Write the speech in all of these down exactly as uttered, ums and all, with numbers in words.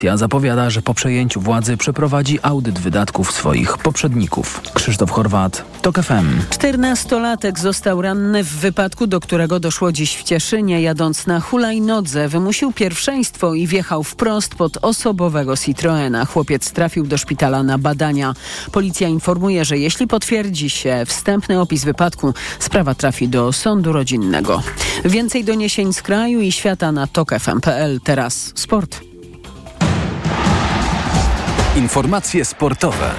Zapowiada, że po przejęciu władzy przeprowadzi audyt wydatków swoich poprzedników. Krzysztof Chorwat, TOK F M. czternastolatek został ranny w wypadku, do którego doszło dziś w Cieszynie. Jadąc na hulajnodze, wymusił pierwszeństwo i wjechał wprost pod osobowego Citroena. Chłopiec trafił do szpitala na badania. Policja informuje, że jeśli potwierdzi się wstępny opis wypadku, sprawa trafi do sądu rodzinnego. Więcej doniesień z kraju i świata na tok f m kropka p l. Teraz sport. Informacje sportowe.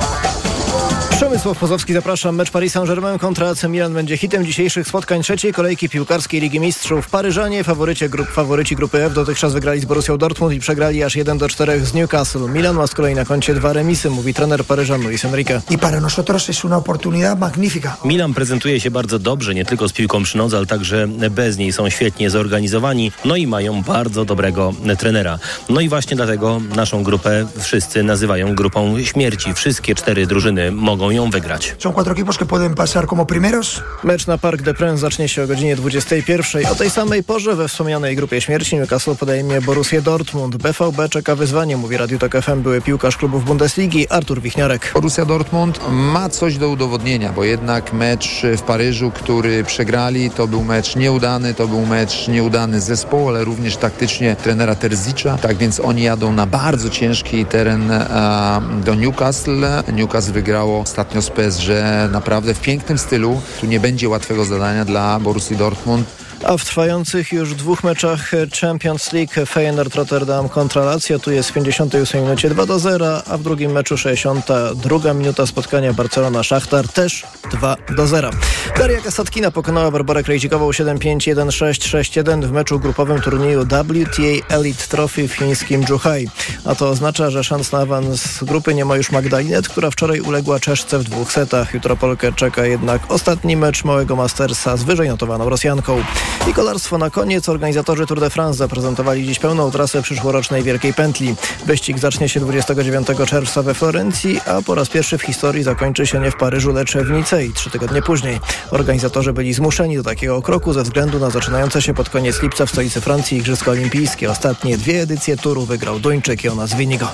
Przemysław Pozowski, zapraszam. Mecz Paris Saint-Germain kontra A C Milan będzie hitem dzisiejszych spotkań trzeciej kolejki piłkarskiej Ligi Mistrzów. Paryżanie, faworycie grup, faworyci grupy F, dotychczas wygrali z Borussią Dortmund i przegrali aż jeden do czterech z Newcastle. Milan ma z kolei na koncie dwa remisy, mówi trener Paryżan Luis Enrique. I para nosotros es una oportunidad magnífica. Milan prezentuje się bardzo dobrze, nie tylko z piłką przy nodze, ale także bez niej. Są świetnie zorganizowani, no i mają bardzo dobrego trenera. No i właśnie dlatego naszą grupę wszyscy nazywają grupą śmierci. Wszystkie cztery drużyny mogą ją wygrać. Są cuatro equipos que pueden pasar como primeros. Mecz na Parc des Princes zacznie się o godzinie dwudziestej pierwszej. O tej samej porze we wspomnianej grupie śmierci Newcastle podejmie Borussię Dortmund. B V B czeka wyzwanie, mówi Radiu Tok F M były piłkarz klubów Bundesligi Artur Wichniarek. Borussia Dortmund ma coś do udowodnienia, bo jednak mecz w Paryżu, który przegrali, to był mecz nieudany, to był mecz nieudany zespołu, ale również taktycznie trenera Terzicza. Tak więc oni jadą na bardzo ciężki teren a, do Newcastle. Newcastle wygrało ostatnio z P S G naprawdę w pięknym stylu. Tu nie będzie łatwego zadania dla Borussii Dortmund. A w trwających już dwóch meczach Champions League Feyenoord Rotterdam kontra Lazio, tu jest w pięćdziesiątej ósmej minucie dwa do zera, a w drugim meczu sześćdziesiąta druga minuta spotkania Barcelona-Szachtar też dwa do zera. Daria Kasatkina pokonała Barbarę Krejcikową siedem pięć, jeden sześć, sześć jeden w meczu grupowym turnieju W T A Elite Trophy w chińskim Zhuhai. A to oznacza, że szans na awans z grupy nie ma już Magdalinet, która wczoraj uległa Czeszce w dwóch setach. Jutro Polkę czeka jednak ostatni mecz małego Mastersa z wyżej notowaną Rosjanką. I kolarstwo na koniec. Organizatorzy Tour de France zaprezentowali dziś pełną trasę przyszłorocznej Wielkiej Pętli. Wyścig zacznie się dwudziestego dziewiątego czerwca we Florencji, a po raz pierwszy w historii zakończy się nie w Paryżu, lecz w Nicei trzy tygodnie później. Organizatorzy byli zmuszeni do takiego kroku ze względu na zaczynające się pod koniec lipca w stolicy Francji Igrzyska Olimpijskie. Ostatnie dwie edycje Touru wygrał Duńczyk Jonas Vingegaard.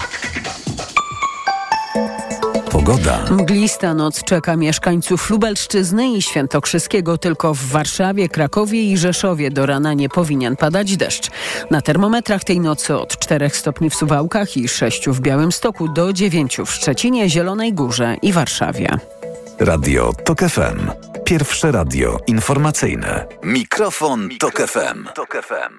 Pogoda. Mglista noc czeka mieszkańców Lubelszczyzny i Świętokrzyskiego. Tylko w Warszawie, Krakowie i Rzeszowie do rana nie powinien padać deszcz. Na termometrach tej nocy od czterech stopni w Suwałkach i sześciu w Białymstoku do dziewięciu w Szczecinie, Zielonej Górze i Warszawie. Radio Tok F M. Pierwsze radio informacyjne. Mikrofon, Mikrofon Tok F M. Tok F M.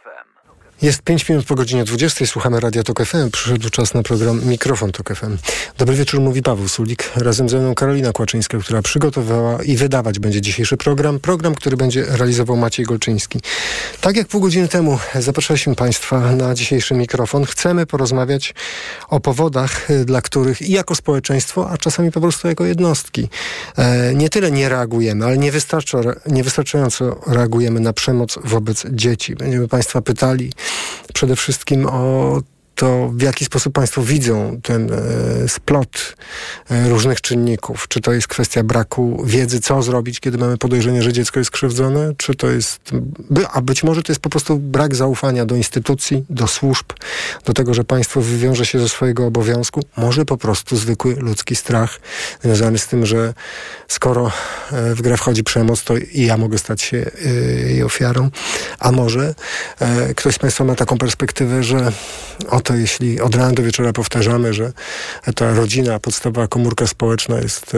Jest pięć minut po godzinie dwudziestej. Słuchamy Radia Tok F M. Przyszedł czas na program Mikrofon Tok F M. Dobry wieczór, mówi Paweł Sulik. Razem ze mną Karolina Kłaczyńska, która przygotowała i wydawać będzie dzisiejszy program. Program, który będzie realizował Maciej Golczyński. Tak jak pół godziny temu zapraszaliśmy Państwa na dzisiejszy mikrofon. Chcemy porozmawiać o powodach, dla których i jako społeczeństwo, a czasami po prostu jako jednostki e, nie tyle nie reagujemy, ale niewystarcza, niewystarczająco reagujemy na przemoc wobec dzieci. Będziemy Państwa pytali przede wszystkim o to, w jaki sposób Państwo widzą ten e, splot e, różnych czynników. Czy to jest kwestia braku wiedzy, co zrobić, kiedy mamy podejrzenie, że dziecko jest krzywdzone? Czy to jest, by, a być może to jest po prostu brak zaufania do instytucji, do służb, do tego, że państwo wywiąże się ze swojego obowiązku? Może po prostu zwykły ludzki strach związany z tym, że skoro e, w grę wchodzi przemoc, to i ja mogę stać się e, jej ofiarą. A może e, ktoś z Państwa ma taką perspektywę, że oto jeśli od rana do wieczora powtarzamy, że ta rodzina, podstawowa komórka społeczna jest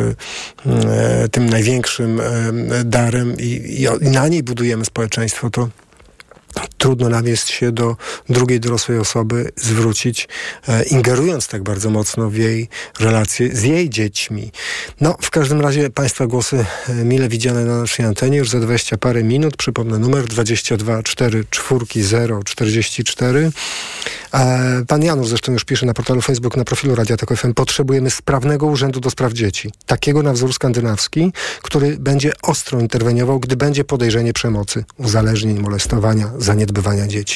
e, tym największym e, darem i, i, i na niej budujemy społeczeństwo, to trudno nam jest się do drugiej dorosłej osoby zwrócić, e, ingerując tak bardzo mocno w jej relacje z jej dziećmi. No, w każdym razie Państwa głosy e, mile widziane na naszej antenie już za dwadzieścia parę minut. Przypomnę numer dwadzieścia dwa cztery cztery zero czterdzieści cztery. E, pan Janusz zresztą już pisze na portalu Facebook, na profilu Radia Tok F M: potrzebujemy sprawnego urzędu do spraw dzieci. Takiego na wzór skandynawski, który będzie ostro interweniował, gdy będzie podejrzenie przemocy, uzależnień, molestowania, zaniedbywania dzieci.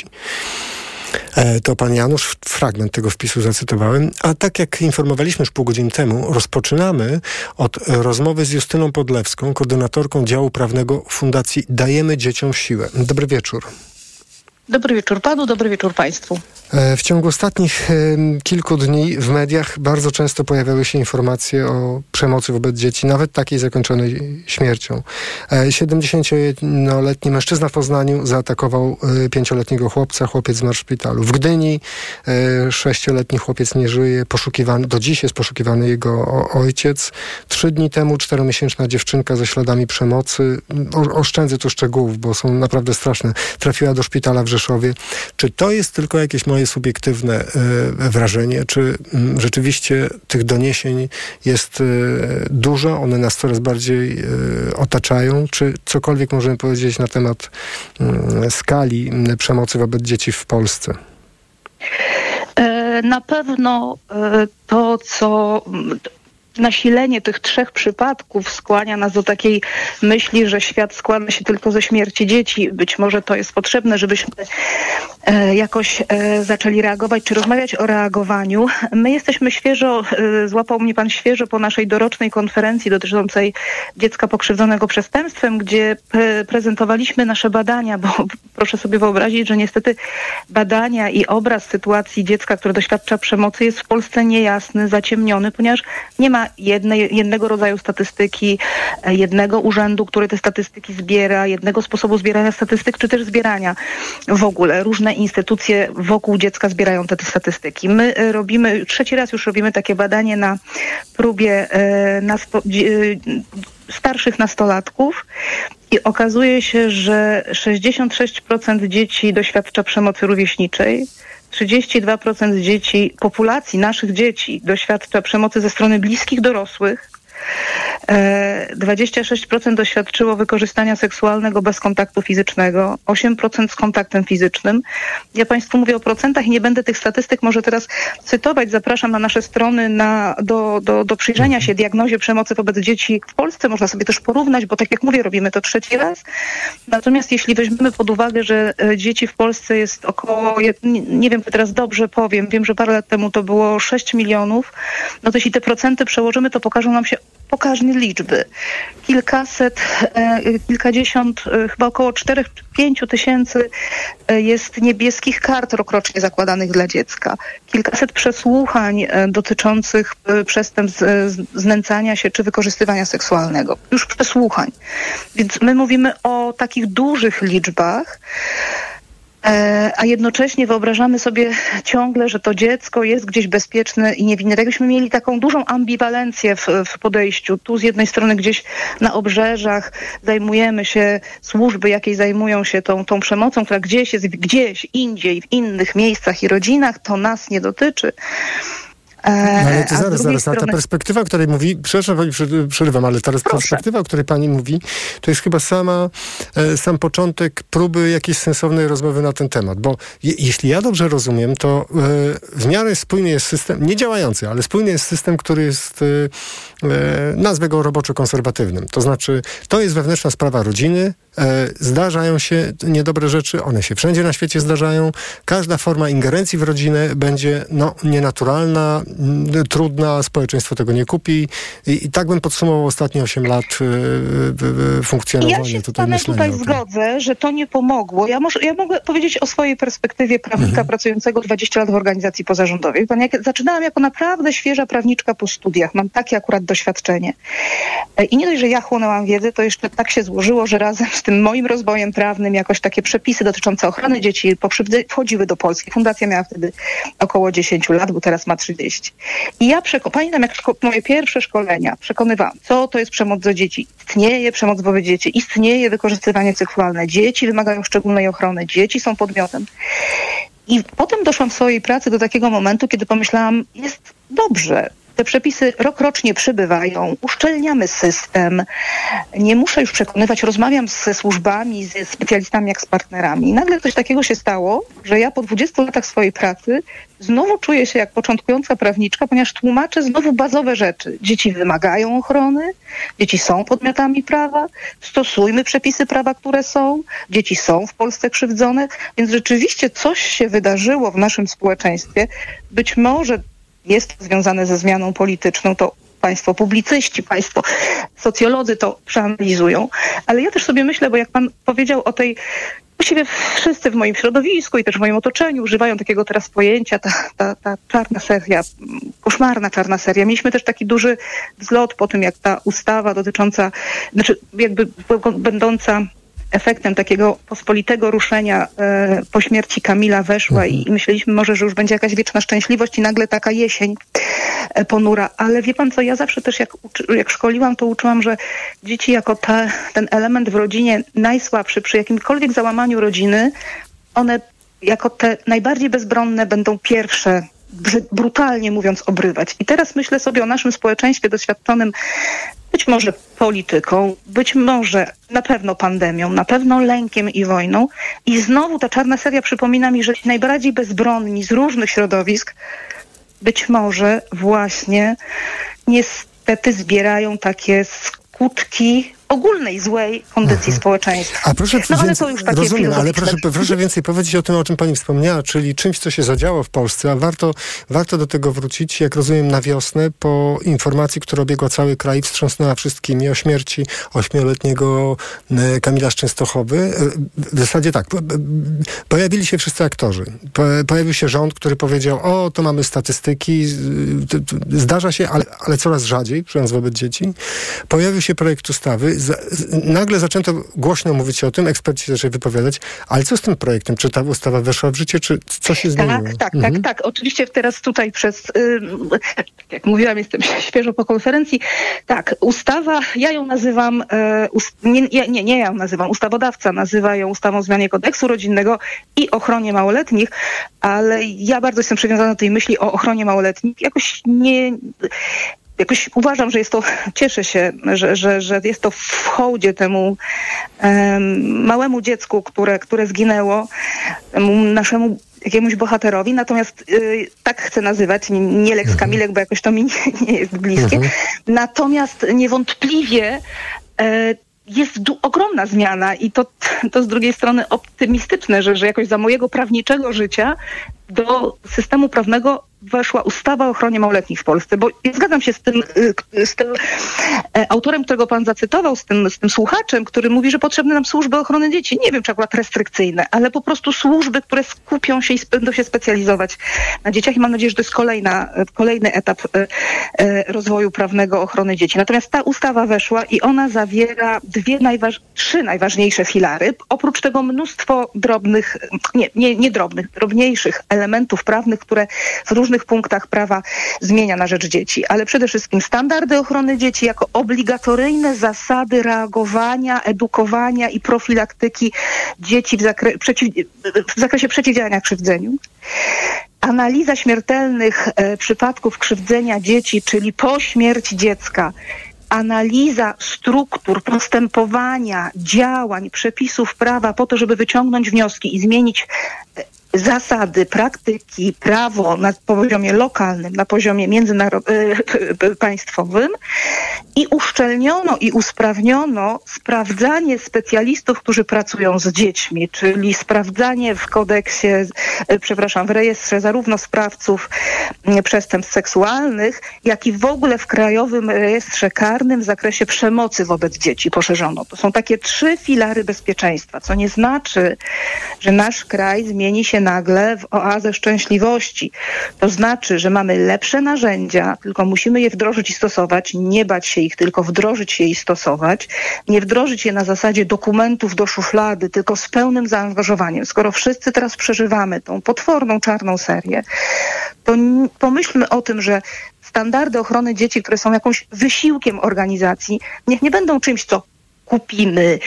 E, to pan Janusz, fragment tego wpisu zacytowałem. A tak jak informowaliśmy już pół godziny temu, rozpoczynamy od rozmowy z Justyną Podlewską, koordynatorką działu prawnego Fundacji Dajemy Dzieciom Siłę. Dobry wieczór. Dobry wieczór panu, dobry wieczór państwu. W ciągu ostatnich kilku dni w mediach bardzo często pojawiały się informacje o przemocy wobec dzieci, nawet takiej zakończonej śmiercią. siedemdziesięciojednoletni mężczyzna w Poznaniu zaatakował pięcioletniego chłopca, chłopiec zmarł w szpitalu. W Gdyni sześcioletni chłopiec nie żyje, poszukiwany, do dziś jest poszukiwany jego ojciec. Trzy dni temu czteromiesięczna dziewczynka ze śladami przemocy, o, oszczędzę tu szczegółów, bo są naprawdę straszne, trafiła do szpitala w Rzeszowie. Czy to jest tylko jakieś moje subiektywne e, wrażenie, czy m, rzeczywiście tych doniesień jest e, dużo, one nas coraz bardziej e, otaczają, czy cokolwiek możemy powiedzieć na temat m, skali m, przemocy wobec dzieci w Polsce? Na pewno to, co... Nasilenie tych trzech przypadków skłania nas do takiej myśli, że świat składa się tylko ze śmierci dzieci. Być może to jest potrzebne, żebyśmy e, jakoś e, zaczęli reagować, czy rozmawiać o reagowaniu. My jesteśmy świeżo, e, złapał mnie pan świeżo po naszej dorocznej konferencji dotyczącej dziecka pokrzywdzonego przestępstwem, gdzie pre- prezentowaliśmy nasze badania, bo proszę sobie wyobrazić, że niestety badania i obraz sytuacji dziecka, które doświadcza przemocy, jest w Polsce niejasny, zaciemniony, ponieważ nie ma Jednej, jednego rodzaju statystyki, jednego urzędu, który te statystyki zbiera, jednego sposobu zbierania statystyk, czy też zbierania w ogóle. Różne instytucje wokół dziecka zbierają te, te statystyki. My robimy, trzeci raz już robimy takie badanie na próbie e, naspo, e, starszych nastolatków i okazuje się, że sześćdziesiąt sześć procent dzieci doświadcza przemocy rówieśniczej. trzydzieści dwa procent dzieci, populacji naszych dzieci doświadcza przemocy ze strony bliskich dorosłych. dwadzieścia sześć procent doświadczyło wykorzystania seksualnego bez kontaktu fizycznego, osiem procent z kontaktem fizycznym. Ja Państwu mówię o procentach i nie będę tych statystyk może teraz cytować. Zapraszam na nasze strony na, do, do, do przyjrzenia się diagnozie przemocy wobec dzieci w Polsce. Można sobie też porównać, bo tak jak mówię, robimy to trzeci raz. Natomiast jeśli weźmiemy pod uwagę, że dzieci w Polsce jest około, nie, nie wiem, teraz dobrze powiem, wiem, że parę lat temu to było sześć milionów, no to jeśli te procenty przełożymy, to pokażą nam się pokaźne liczby. Kilkaset, e, kilkadziesiąt, e, chyba około czterech czy pięciu tysięcy e, jest niebieskich kart rokrocznie zakładanych dla dziecka. Kilkaset przesłuchań e, dotyczących e, przestępstw e, znęcania się czy wykorzystywania seksualnego. Już przesłuchań. Więc my mówimy o takich dużych liczbach, a jednocześnie wyobrażamy sobie ciągle, że to dziecko jest gdzieś bezpieczne i niewinne. Tak jakbyśmy mieli taką dużą ambiwalencję w, w podejściu. Tu z jednej strony gdzieś na obrzeżach zajmujemy się, służby jakieś zajmują się tą, tą przemocą, która gdzieś jest gdzieś indziej, w innych miejscach i rodzinach, to nas nie dotyczy. No ale to A zaraz, zaraz, strony... ta perspektywa, o której mówi, przepraszam pani, przerywam, ale ta Proszę. perspektywa, o której pani mówi, to jest chyba sama, e, sam początek próby jakiejś sensownej rozmowy na ten temat, bo je, jeśli ja dobrze rozumiem, to e, w miarę spójny jest system, nie działający, ale spójny jest system, który jest, e, e, nazwę go roboczo-konserwatywnym, to znaczy, to jest wewnętrzna sprawa rodziny, e, zdarzają się niedobre rzeczy, one się wszędzie na świecie zdarzają, każda forma ingerencji w rodzinę będzie, no, nienaturalna, trudna, społeczeństwo tego nie kupi i, i tak bym podsumował ostatnie osiem lat y, y, y, funkcjonowania. Ja się tutaj z panem tutaj zgodzę, że to nie pomogło. Ja, może, ja mogę powiedzieć o swojej perspektywie prawnika mhm. pracującego dwadzieścia lat w organizacji pozarządowej. Pan, jak, zaczynałam jako naprawdę świeża prawniczka po studiach. Mam takie akurat doświadczenie. I nie dość, że ja chłonęłam wiedzę, to jeszcze tak się złożyło, że razem z tym moim rozwojem prawnym jakoś takie przepisy dotyczące ochrony dzieci pokrzywdy wchodziły do Polski. Fundacja miała wtedy około dziesięć lat, bo teraz ma trzydzieści. I ja przeko- pamiętam, jak szko- moje pierwsze szkolenia przekonywałam, co to jest przemoc dla dzieci. Istnieje przemoc wobec dzieci, istnieje wykorzystywanie seksualne. Dzieci wymagają szczególnej ochrony, dzieci są podmiotem. I potem doszłam w swojej pracy do takiego momentu, kiedy pomyślałam, jest dobrze. Te przepisy rokrocznie przybywają, uszczelniamy system. Nie muszę już przekonywać, rozmawiam ze służbami, ze specjalistami jak z partnerami. I nagle coś takiego się stało, że ja po dwudziestu latach swojej pracy znowu czuję się jak początkująca prawniczka, ponieważ tłumaczę znowu bazowe rzeczy. Dzieci wymagają ochrony, dzieci są podmiotami prawa, stosujmy przepisy prawa, które są, dzieci są w Polsce krzywdzone, więc rzeczywiście coś się wydarzyło w naszym społeczeństwie. Być może jest to związane ze zmianą polityczną, to państwo publicyści, państwo socjolodzy to przeanalizują. Ale ja też sobie myślę, bo jak pan powiedział o tej właściwie wszyscy w moim środowisku i też w moim otoczeniu używają takiego teraz pojęcia, ta, ta, ta czarna seria, koszmarna czarna seria. Mieliśmy też taki duży wzlot po tym, jak ta ustawa dotycząca, znaczy jakby będąca efektem takiego pospolitego ruszenia e, po śmierci Kamila weszła i, i myśleliśmy może, że już będzie jakaś wieczna szczęśliwość i nagle taka jesień e, ponura. Ale wie pan co, ja zawsze też jak, uczy, jak szkoliłam, to uczyłam, że dzieci jako ta, ten element w rodzinie najsłabszy, przy jakimkolwiek załamaniu rodziny, one jako te najbardziej bezbronne będą pierwsze, brutalnie mówiąc, obrywać. I teraz myślę sobie o naszym społeczeństwie doświadczonym być może polityką, być może na pewno pandemią, na pewno lękiem i wojną. I znowu ta czarna seria przypomina mi, że ci najbardziej bezbronni z różnych środowisk być może właśnie niestety zbierają takie skutki ogólnej złej kondycji Aha. społeczeństwa. A proszę, no, ale więc, to już takie rozumiem, ale proszę, proszę więcej powiedzieć o tym, o czym pani wspomniała, czyli czymś, co się zadziało w Polsce, a warto, warto do tego wrócić, jak rozumiem, na wiosnę, po informacji, która obiegła cały kraj, wstrząsnęła wszystkimi o śmierci ośmioletniego Kamila z Częstochowy. W zasadzie tak, pojawili się wszyscy aktorzy. Pojawił się rząd, który powiedział, o, to mamy statystyki, zdarza się, ale, ale coraz rzadziej, przejąc wobec dzieci. Pojawił się projekt ustawy. Nagle zaczęto głośno mówić o tym, eksperci zaczęli wypowiadać, ale co z tym projektem? Czy ta ustawa weszła w życie, czy co się zmieniło? Tak, tak, mhm. tak, tak. Oczywiście teraz tutaj przez, yy, jak mówiłam, jestem świeżo po konferencji. Tak, ustawa, ja ją nazywam, yy, ust, nie, nie, nie ja ją nazywam, ustawodawca nazywa ją ustawą o zmianie kodeksu rodzinnego i ochronie małoletnich, ale ja bardzo jestem przywiązana do tej myśli o ochronie małoletnich. Jakoś nie... Jakoś uważam, że jest to, cieszę się, że, że, że jest to w hołdzie temu um, małemu dziecku, które, które zginęło, temu naszemu jakiemuś bohaterowi, natomiast y, tak chcę nazywać, nie, nie Lex Kamilek, bo jakoś to mi nie, nie jest bliskie. Mhm. Natomiast niewątpliwie y, jest du- ogromna zmiana i to, to z drugiej strony optymistyczne, że, że jakoś za mojego prawniczego życia do systemu prawnego weszła ustawa o ochronie małoletnich w Polsce, bo ja zgadzam się z tym, z tym autorem, którego pan zacytował, z tym, z tym słuchaczem, który mówi, że potrzebne nam służby ochrony dzieci. Nie wiem, czy akurat restrykcyjne, ale po prostu służby, które skupią się i będą się specjalizować na dzieciach i mam nadzieję, że to jest kolejna, kolejny etap rozwoju prawnego ochrony dzieci. Natomiast ta ustawa weszła i ona zawiera dwie najważ- trzy najważniejsze filary. Oprócz tego mnóstwo drobnych, nie, nie, nie drobnych, drobniejszych elementów prawnych, które w różnych punktach prawa zmienia na rzecz dzieci, ale przede wszystkim standardy ochrony dzieci jako obligatoryjne zasady reagowania, edukowania i profilaktyki dzieci w, zakre- przeciw- w zakresie przeciwdziałania krzywdzeniu. Analiza śmiertelnych e, przypadków krzywdzenia dzieci, czyli po śmierci dziecka. Analiza struktur, postępowania, działań, przepisów prawa po to, żeby wyciągnąć wnioski i zmienić zasady, praktyki, prawo na poziomie lokalnym, na poziomie międzypaństwowym i uszczelniono i usprawniono sprawdzanie specjalistów, którzy pracują z dziećmi, czyli sprawdzanie w kodeksie, przepraszam, w rejestrze zarówno sprawców przestępstw seksualnych, jak i w ogóle w Krajowym Rejestrze Karnym w zakresie przemocy wobec dzieci poszerzono. To są takie trzy filary bezpieczeństwa, co nie znaczy, że nasz kraj zmieni się nagle w oazę szczęśliwości. To znaczy, że mamy lepsze narzędzia, tylko musimy je wdrożyć i stosować, nie bać się ich, tylko wdrożyć je i stosować, nie wdrożyć je na zasadzie dokumentów do szuflady, tylko z pełnym zaangażowaniem. Skoro wszyscy teraz przeżywamy tą potworną czarną serię, to pomyślmy o tym, że standardy ochrony dzieci, które są jakimś wysiłkiem organizacji, niech nie będą czymś, co kupimy,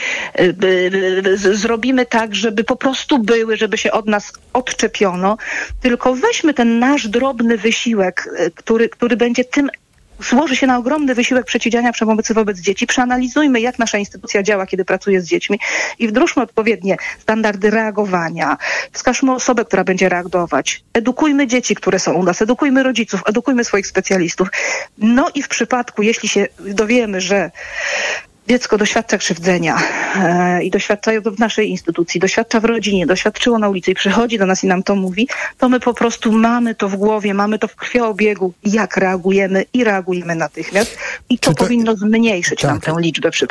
zrobimy tak, żeby po prostu były, żeby się od nas odczepiono, tylko weźmy ten nasz drobny wysiłek, który, który będzie tym, złoży się na ogromny wysiłek przeciwdziałania przemocy wobec dzieci. Przeanalizujmy, jak nasza instytucja działa, kiedy pracuje z dziećmi i wdróżmy odpowiednie standardy reagowania. Wskażmy osobę, która będzie reagować. Edukujmy dzieci, które są u nas, edukujmy rodziców, edukujmy swoich specjalistów. No i w przypadku, jeśli się dowiemy, że dziecko doświadcza krzywdzenia e, i doświadczają to w naszej instytucji, doświadcza w rodzinie, doświadczyło na ulicy i przychodzi do nas i nam to mówi, to my po prostu mamy to w głowie, mamy to w krwiobiegu, jak reagujemy i reagujemy natychmiast i to, to powinno zmniejszyć tak. nam tę liczbę przypadków.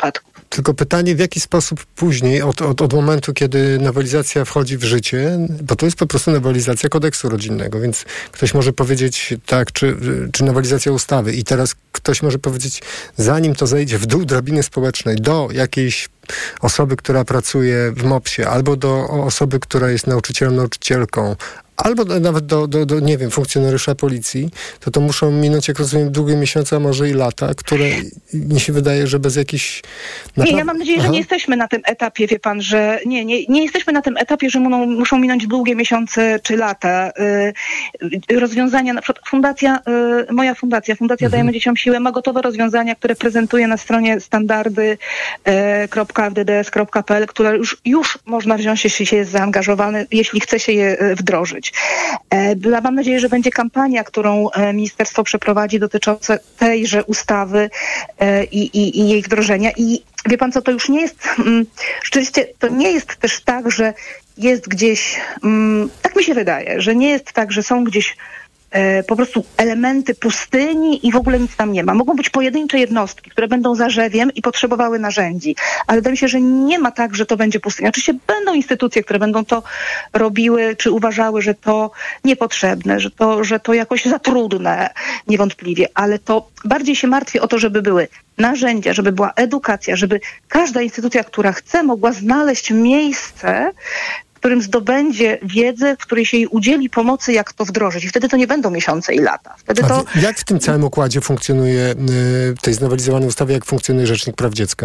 tylko pytanie, w jaki sposób później, od, od, od momentu, kiedy nowelizacja wchodzi w życie, bo to jest po prostu nowelizacja kodeksu rodzinnego, więc ktoś może powiedzieć tak, czy, czy nowelizacja ustawy i teraz ktoś może powiedzieć, zanim to zejdzie w dół drabiny społecznej do jakiejś osoby, która pracuje w mopsie, albo do osoby, która jest nauczycielem, nauczycielką, albo do, nawet do, do, do, nie wiem, funkcjonariusza policji, to to muszą minąć, jak rozumiem, długie miesiące, a może i lata, które mi się wydaje, że bez jakichś... Napraw... Nie, ja mam nadzieję, że Aha. nie jesteśmy na tym etapie, wie pan, że nie, nie, nie jesteśmy na tym etapie, że muszą, muszą minąć długie miesiące czy lata. Yy, rozwiązania, na przykład fundacja, yy, moja fundacja, Fundacja Mhm. Dajemy Dzieciom Siłę, ma gotowe rozwiązania, które prezentuje na stronie standardy kropka f d d s kropka p l, które już, już można wziąć, jeśli się jest zaangażowany, jeśli chce się je yy, wdrożyć. Yy, mam nadzieję, że będzie kampania, którą yy, ministerstwo przeprowadzi dotycząca tejże ustawy yy, i, i jej wdrożenia. I wie pan co, to już nie jest, um, rzeczywiście to nie jest też tak, że jest gdzieś, um, tak mi się wydaje, że nie jest tak, że są gdzieś e, po prostu elementy pustyni i w ogóle nic tam nie ma. Mogą być pojedyncze jednostki, które będą zarzewiem i potrzebowały narzędzi, ale wydaje mi się, że nie ma tak, że to będzie pustynia. Oczywiście będą instytucje, które będą to robiły, czy uważały, że to niepotrzebne, że to, że to jakoś za trudne, niewątpliwie, ale to bardziej się martwię o to, żeby były narzędzia, żeby była edukacja, żeby każda instytucja, która chce, mogła znaleźć miejsce, w którym zdobędzie wiedzę, w której się jej udzieli pomocy, jak to wdrożyć. I wtedy to nie będą miesiące i lata. Wtedy to... A jak w tym całym układzie funkcjonuje, y, tej znowelizowanej ustawy, jak funkcjonuje Rzecznik Praw Dziecka?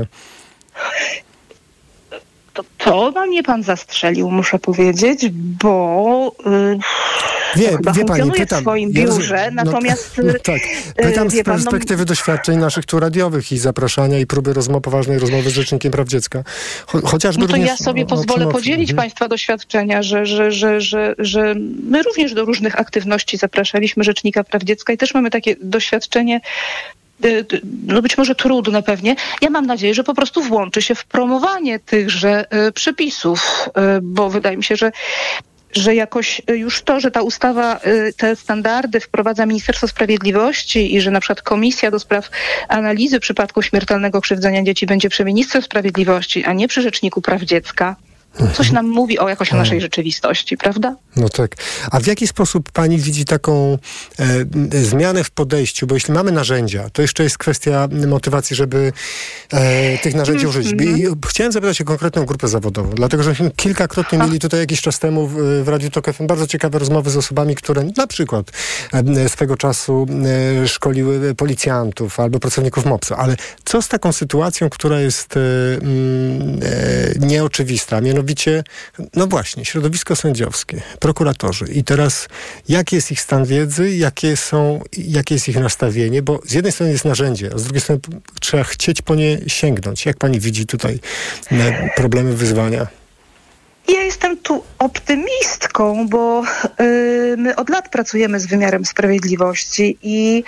To, to na mnie pan zastrzelił, muszę powiedzieć, bo yy, Wie, chyba wie pani, funkcjonuje pytam. w swoim Ja biurze, rozumiem. natomiast... No, no tak, pytam wie z pan, perspektywy no, doświadczeń naszych tu radiowych i zapraszania i próby rozmowy, poważnej rozmowy z Rzecznikiem Praw Dziecka. Cho, chociażby no to również ja sobie o, pozwolę o przemocy. podzielić Mhm. państwa doświadczenia, że, że, że, że, że my również do różnych aktywności zapraszaliśmy Rzecznika Praw Dziecka i też mamy takie doświadczenie, no być może trudne pewnie. Ja mam nadzieję, że po prostu włączy się w promowanie tychże y, przepisów, y, bo wydaje mi się, że że jakoś już to, że ta ustawa, te standardy wprowadza Ministerstwo Sprawiedliwości i że na przykład Komisja do Spraw Analizy Przypadków Śmiertelnego Krzywdzenia Dzieci będzie przy Ministrze Sprawiedliwości, a nie przy Rzeczniku Praw Dziecka, coś nam mówi o jakoś o naszej rzeczywistości, prawda? No tak. A w jaki sposób pani widzi taką e, zmianę w podejściu? Bo jeśli mamy narzędzia, to jeszcze jest kwestia motywacji, żeby e, tych narzędzi użyć. I chciałem zapytać o konkretną grupę zawodową, dlatego że kilkakrotnie mieli tutaj jakiś czas temu w, w Radiu Tok F M bardzo ciekawe rozmowy z osobami, które na przykład e, swego czasu e, szkoliły policjantów albo pracowników mopsu. Ale co z taką sytuacją, która jest e, e, nieoczywista? Mianowicie Mianowicie, no właśnie, środowisko sędziowskie, prokuratorzy. I teraz, jaki jest ich stan wiedzy, jakie są, jakie jest ich nastawienie, bo z jednej strony jest narzędzie, a z drugiej strony trzeba chcieć po nie sięgnąć. Jak pani widzi tutaj problemy, wyzwania? Ja jestem tu optymistką, bo y, my od lat pracujemy z wymiarem sprawiedliwości i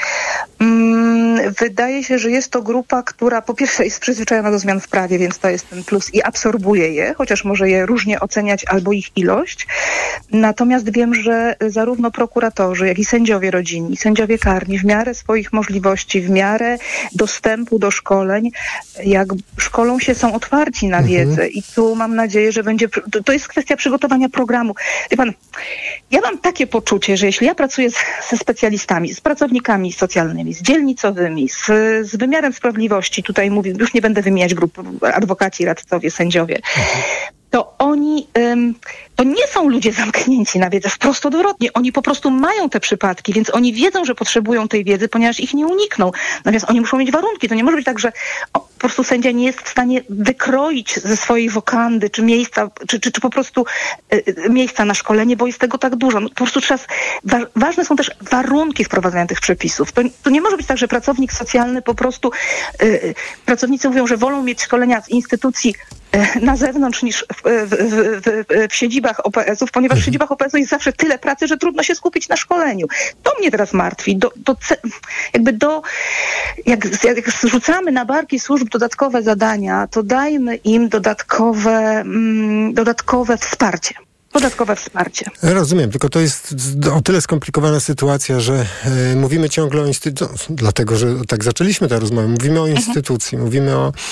y, wydaje się, że jest to grupa, która po pierwsze jest przyzwyczajona do zmian w prawie, więc to jest ten plus i absorbuje je, chociaż może je różnie oceniać albo ich ilość. Natomiast wiem, że zarówno prokuratorzy, jak i sędziowie rodzinni, sędziowie karni w miarę swoich możliwości, w miarę dostępu do szkoleń, jak szkolą się, są otwarci na wiedzę mhm. i tu mam nadzieję, że będzie... To jest kwestia przygotowania programu. Wie pan, ja mam takie poczucie, że jeśli ja pracuję z, ze specjalistami, z pracownikami socjalnymi, z dzielnicowymi, z, z wymiarem sprawiedliwości, tutaj mówię, już nie będę wymieniać grup, adwokaci, radcowie, sędziowie, mhm. to oni, ym, to nie są ludzie zamknięci na wiedzę, wprost odwrotnie. Oni po prostu mają te przypadki, więc oni wiedzą, że potrzebują tej wiedzy, ponieważ ich nie unikną. Natomiast oni muszą mieć warunki. To nie może być tak, że o, po prostu sędzia nie jest w stanie wykroić ze swojej wokandy, czy miejsca, czy, czy, czy po prostu y, miejsca na szkolenie, bo jest tego tak dużo. No, po prostu trzeba, wa- ważne są też warunki wprowadzania tych przepisów. To, to nie może być tak, że pracownik socjalny po prostu, y, pracownicy mówią, że wolą mieć szkolenia z instytucji na zewnątrz niż w, w, w, w siedzibach O P S-ów, ponieważ w siedzibach O P S-ów jest zawsze tyle pracy, że trudno się skupić na szkoleniu. To mnie teraz martwi. Do, do, jakby do, jak, jak zrzucamy na barki służb dodatkowe zadania, to dajmy im dodatkowe, mm, dodatkowe wsparcie. Dodatkowe wsparcie. Rozumiem, tylko to jest o tyle skomplikowana sytuacja, że e, mówimy ciągle o instytucji, dlatego, że tak zaczęliśmy tę rozmowę, mówimy o instytucji, mhm. mówimy o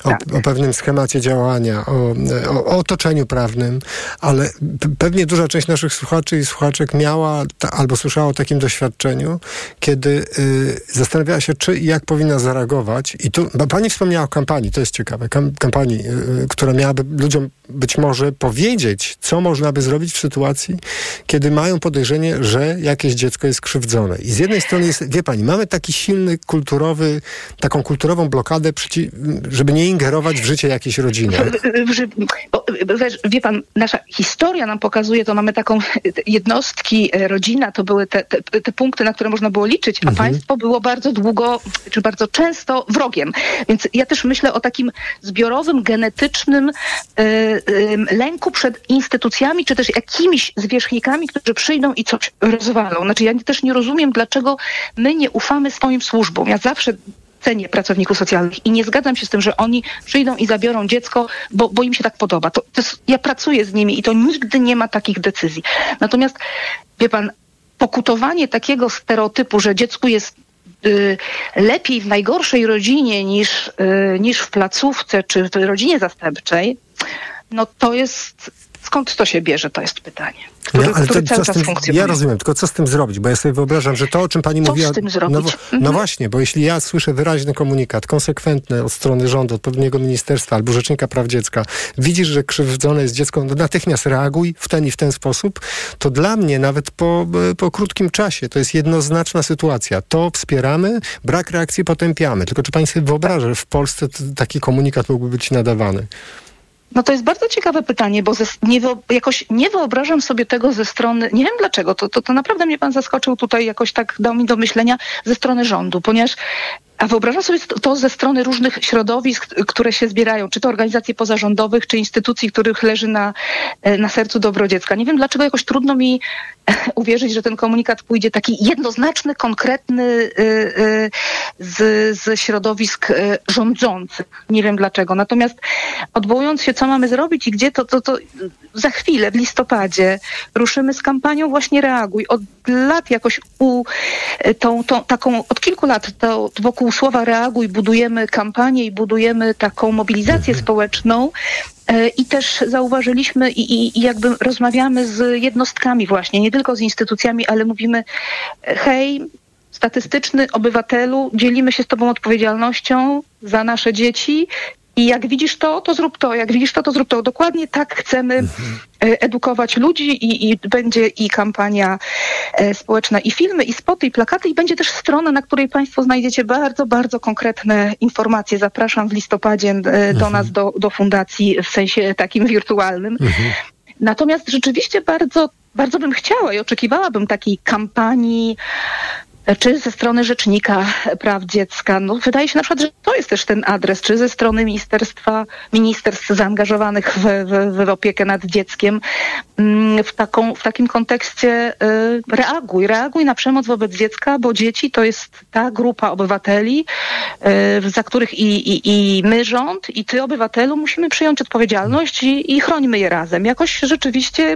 o, tak. o pewnym schemacie działania, o, o, o otoczeniu prawnym, ale p- pewnie duża część naszych słuchaczy i słuchaczek miała ta, albo słyszała o takim doświadczeniu, kiedy y, zastanawiała się, czy i jak powinna zareagować. I tu, bo pani wspomniała o kampanii, to jest ciekawe, kam, kampanii, y, która miałaby ludziom być może powiedzieć, co można by zrobić w sytuacji, kiedy mają podejrzenie, że jakieś dziecko jest krzywdzone. I z jednej strony jest, wie pani, mamy taki silny kulturowy, taką kulturową blokadę, przeci- żeby nie ingerować w życie jakiejś rodziny. Bo, wiesz, wie pan, nasza historia nam pokazuje, to mamy taką jednostki, rodzina, to były te, te, te punkty, na które można było liczyć, a mhm. państwo było bardzo długo, czy bardzo często wrogiem. Więc ja też myślę o takim zbiorowym, genetycznym y, y, lęku przed instytucjami, czy też jakimiś zwierzchnikami, którzy przyjdą i coś rozwalą. Znaczy ja też nie rozumiem, dlaczego my nie ufamy swoim służbom. Ja zawsze cenię pracowników socjalnych i nie zgadzam się z tym, że oni przyjdą i zabiorą dziecko, bo, bo im się tak podoba. To, to jest, ja pracuję z nimi i to nigdy nie ma takich decyzji. Natomiast, wie pan, pokutowanie takiego stereotypu, że dziecku jest y, lepiej w najgorszej rodzinie niż, y, niż w placówce czy w rodzinie zastępczej, no to jest... Skąd to się bierze, to jest pytanie, który, ja, ale który to, cały co czas z tym, funkcjonuje. Ja rozumiem, tylko co z tym zrobić? Bo ja sobie wyobrażam, że to, o czym pani co mówiła... z tym zrobić? No, Mhm. no właśnie, bo jeśli ja słyszę wyraźny komunikat, konsekwentny od strony rządu, odpowiedniego ministerstwa albo Rzecznika Praw Dziecka, widzisz, że krzywdzone jest dziecko, no natychmiast reaguj w ten i w ten sposób, to dla mnie nawet po, po krótkim czasie to jest jednoznaczna sytuacja. To wspieramy, brak reakcji potępiamy. Tylko czy pani sobie wyobraża, że w Polsce t- taki komunikat mógłby być nadawany? No to jest bardzo ciekawe pytanie, bo ze, nie wyo, jakoś nie wyobrażam sobie tego ze strony, nie wiem dlaczego, to, to, to naprawdę mnie pan zaskoczył tutaj, jakoś tak dał mi do myślenia ze strony rządu, ponieważ a wyobrażam sobie to ze strony różnych środowisk, które się zbierają, czy to organizacji pozarządowych, czy instytucji, których leży na, na sercu dobro dziecka. Nie wiem, dlaczego jakoś trudno mi uwierzyć, że ten komunikat pójdzie taki jednoznaczny, konkretny y, y, z, z środowisk y, rządzących. Nie wiem dlaczego. Natomiast odwołując się, co mamy zrobić i gdzie, to, to, to za chwilę, w listopadzie, ruszymy z kampanią Właśnie Reaguj. Od lat jakoś u, tą, tą, taką, od kilku lat to wokół słowa reaguj budujemy kampanię i budujemy taką mobilizację społeczną. I też zauważyliśmy i, i, i jakby rozmawiamy z jednostkami właśnie, nie tylko z instytucjami, ale mówimy hej, statystyczny obywatelu, dzielimy się z tobą odpowiedzialnością za nasze dzieci i jak widzisz to, to zrób to, jak widzisz to, to zrób to. Dokładnie tak chcemy mhm. edukować ludzi i, i będzie i kampania e, społeczna, i filmy, i spoty, i plakaty, i będzie też strona, na której państwo znajdziecie bardzo, bardzo konkretne informacje. Zapraszam w listopadzie e, mhm. do nas, do, do fundacji w sensie takim wirtualnym. Mhm. Natomiast rzeczywiście bardzo, bardzo bym chciała i oczekiwałabym takiej kampanii czy ze strony Rzecznika Praw Dziecka. No, wydaje się na przykład, że to jest też ten adres, czy ze strony ministerstwa, ministerstw zaangażowanych w, w, w opiekę nad dzieckiem, w, taką, w takim kontekście y, reaguj, reaguj na przemoc wobec dziecka, bo dzieci to jest ta grupa obywateli, y, za których i, i, i my, rząd, i ty, obywatelu, musimy przyjąć odpowiedzialność i, i chronimy je razem. Jakoś rzeczywiście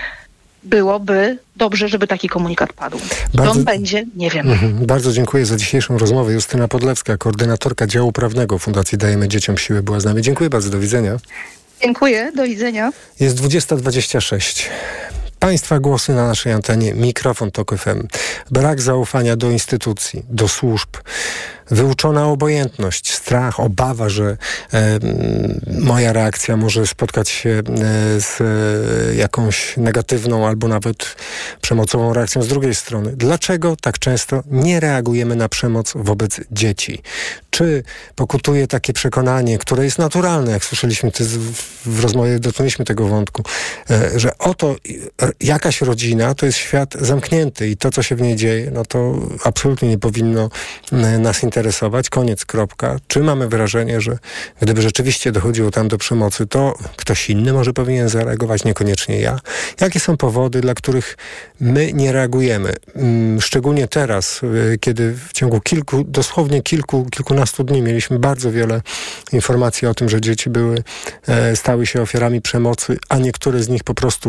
byłoby dobrze, żeby taki komunikat padł. Bardzo, on będzie, nie wiem. Mm, bardzo dziękuję za dzisiejszą rozmowę. Justyna Podlewska, koordynatorka działu prawnego Fundacji Dajemy Dzieciom Siłę, była z nami. Dziękuję bardzo, do widzenia. Dziękuję, do widzenia. Jest dwudziesta dwadzieścia sześć. Państwa głosy na naszej antenie, mikrofon Tok F M. Brak zaufania do instytucji, do służb, wyuczona obojętność, strach, obawa, że e, moja reakcja może spotkać się e, z e, jakąś negatywną albo nawet przemocową reakcją z drugiej strony. Dlaczego tak często nie reagujemy na przemoc wobec dzieci? Czy pokutuje takie przekonanie, które jest naturalne, jak słyszeliśmy w rozmowie, dotknęliśmy tego wątku, e, że oto jakaś rodzina to jest świat zamknięty i to, co się w niej dzieje, no to absolutnie nie powinno nas interesować. Koniec, kropka. Czy mamy wrażenie, że gdyby rzeczywiście dochodziło tam do przemocy, to ktoś inny może powinien zareagować, niekoniecznie ja? Jakie są powody, dla których my nie reagujemy? Szczególnie teraz, kiedy w ciągu kilku, dosłownie kilku, kilkunastu dni mieliśmy bardzo wiele informacji o tym, że dzieci były, stały się ofiarami przemocy, a niektóre z nich po prostu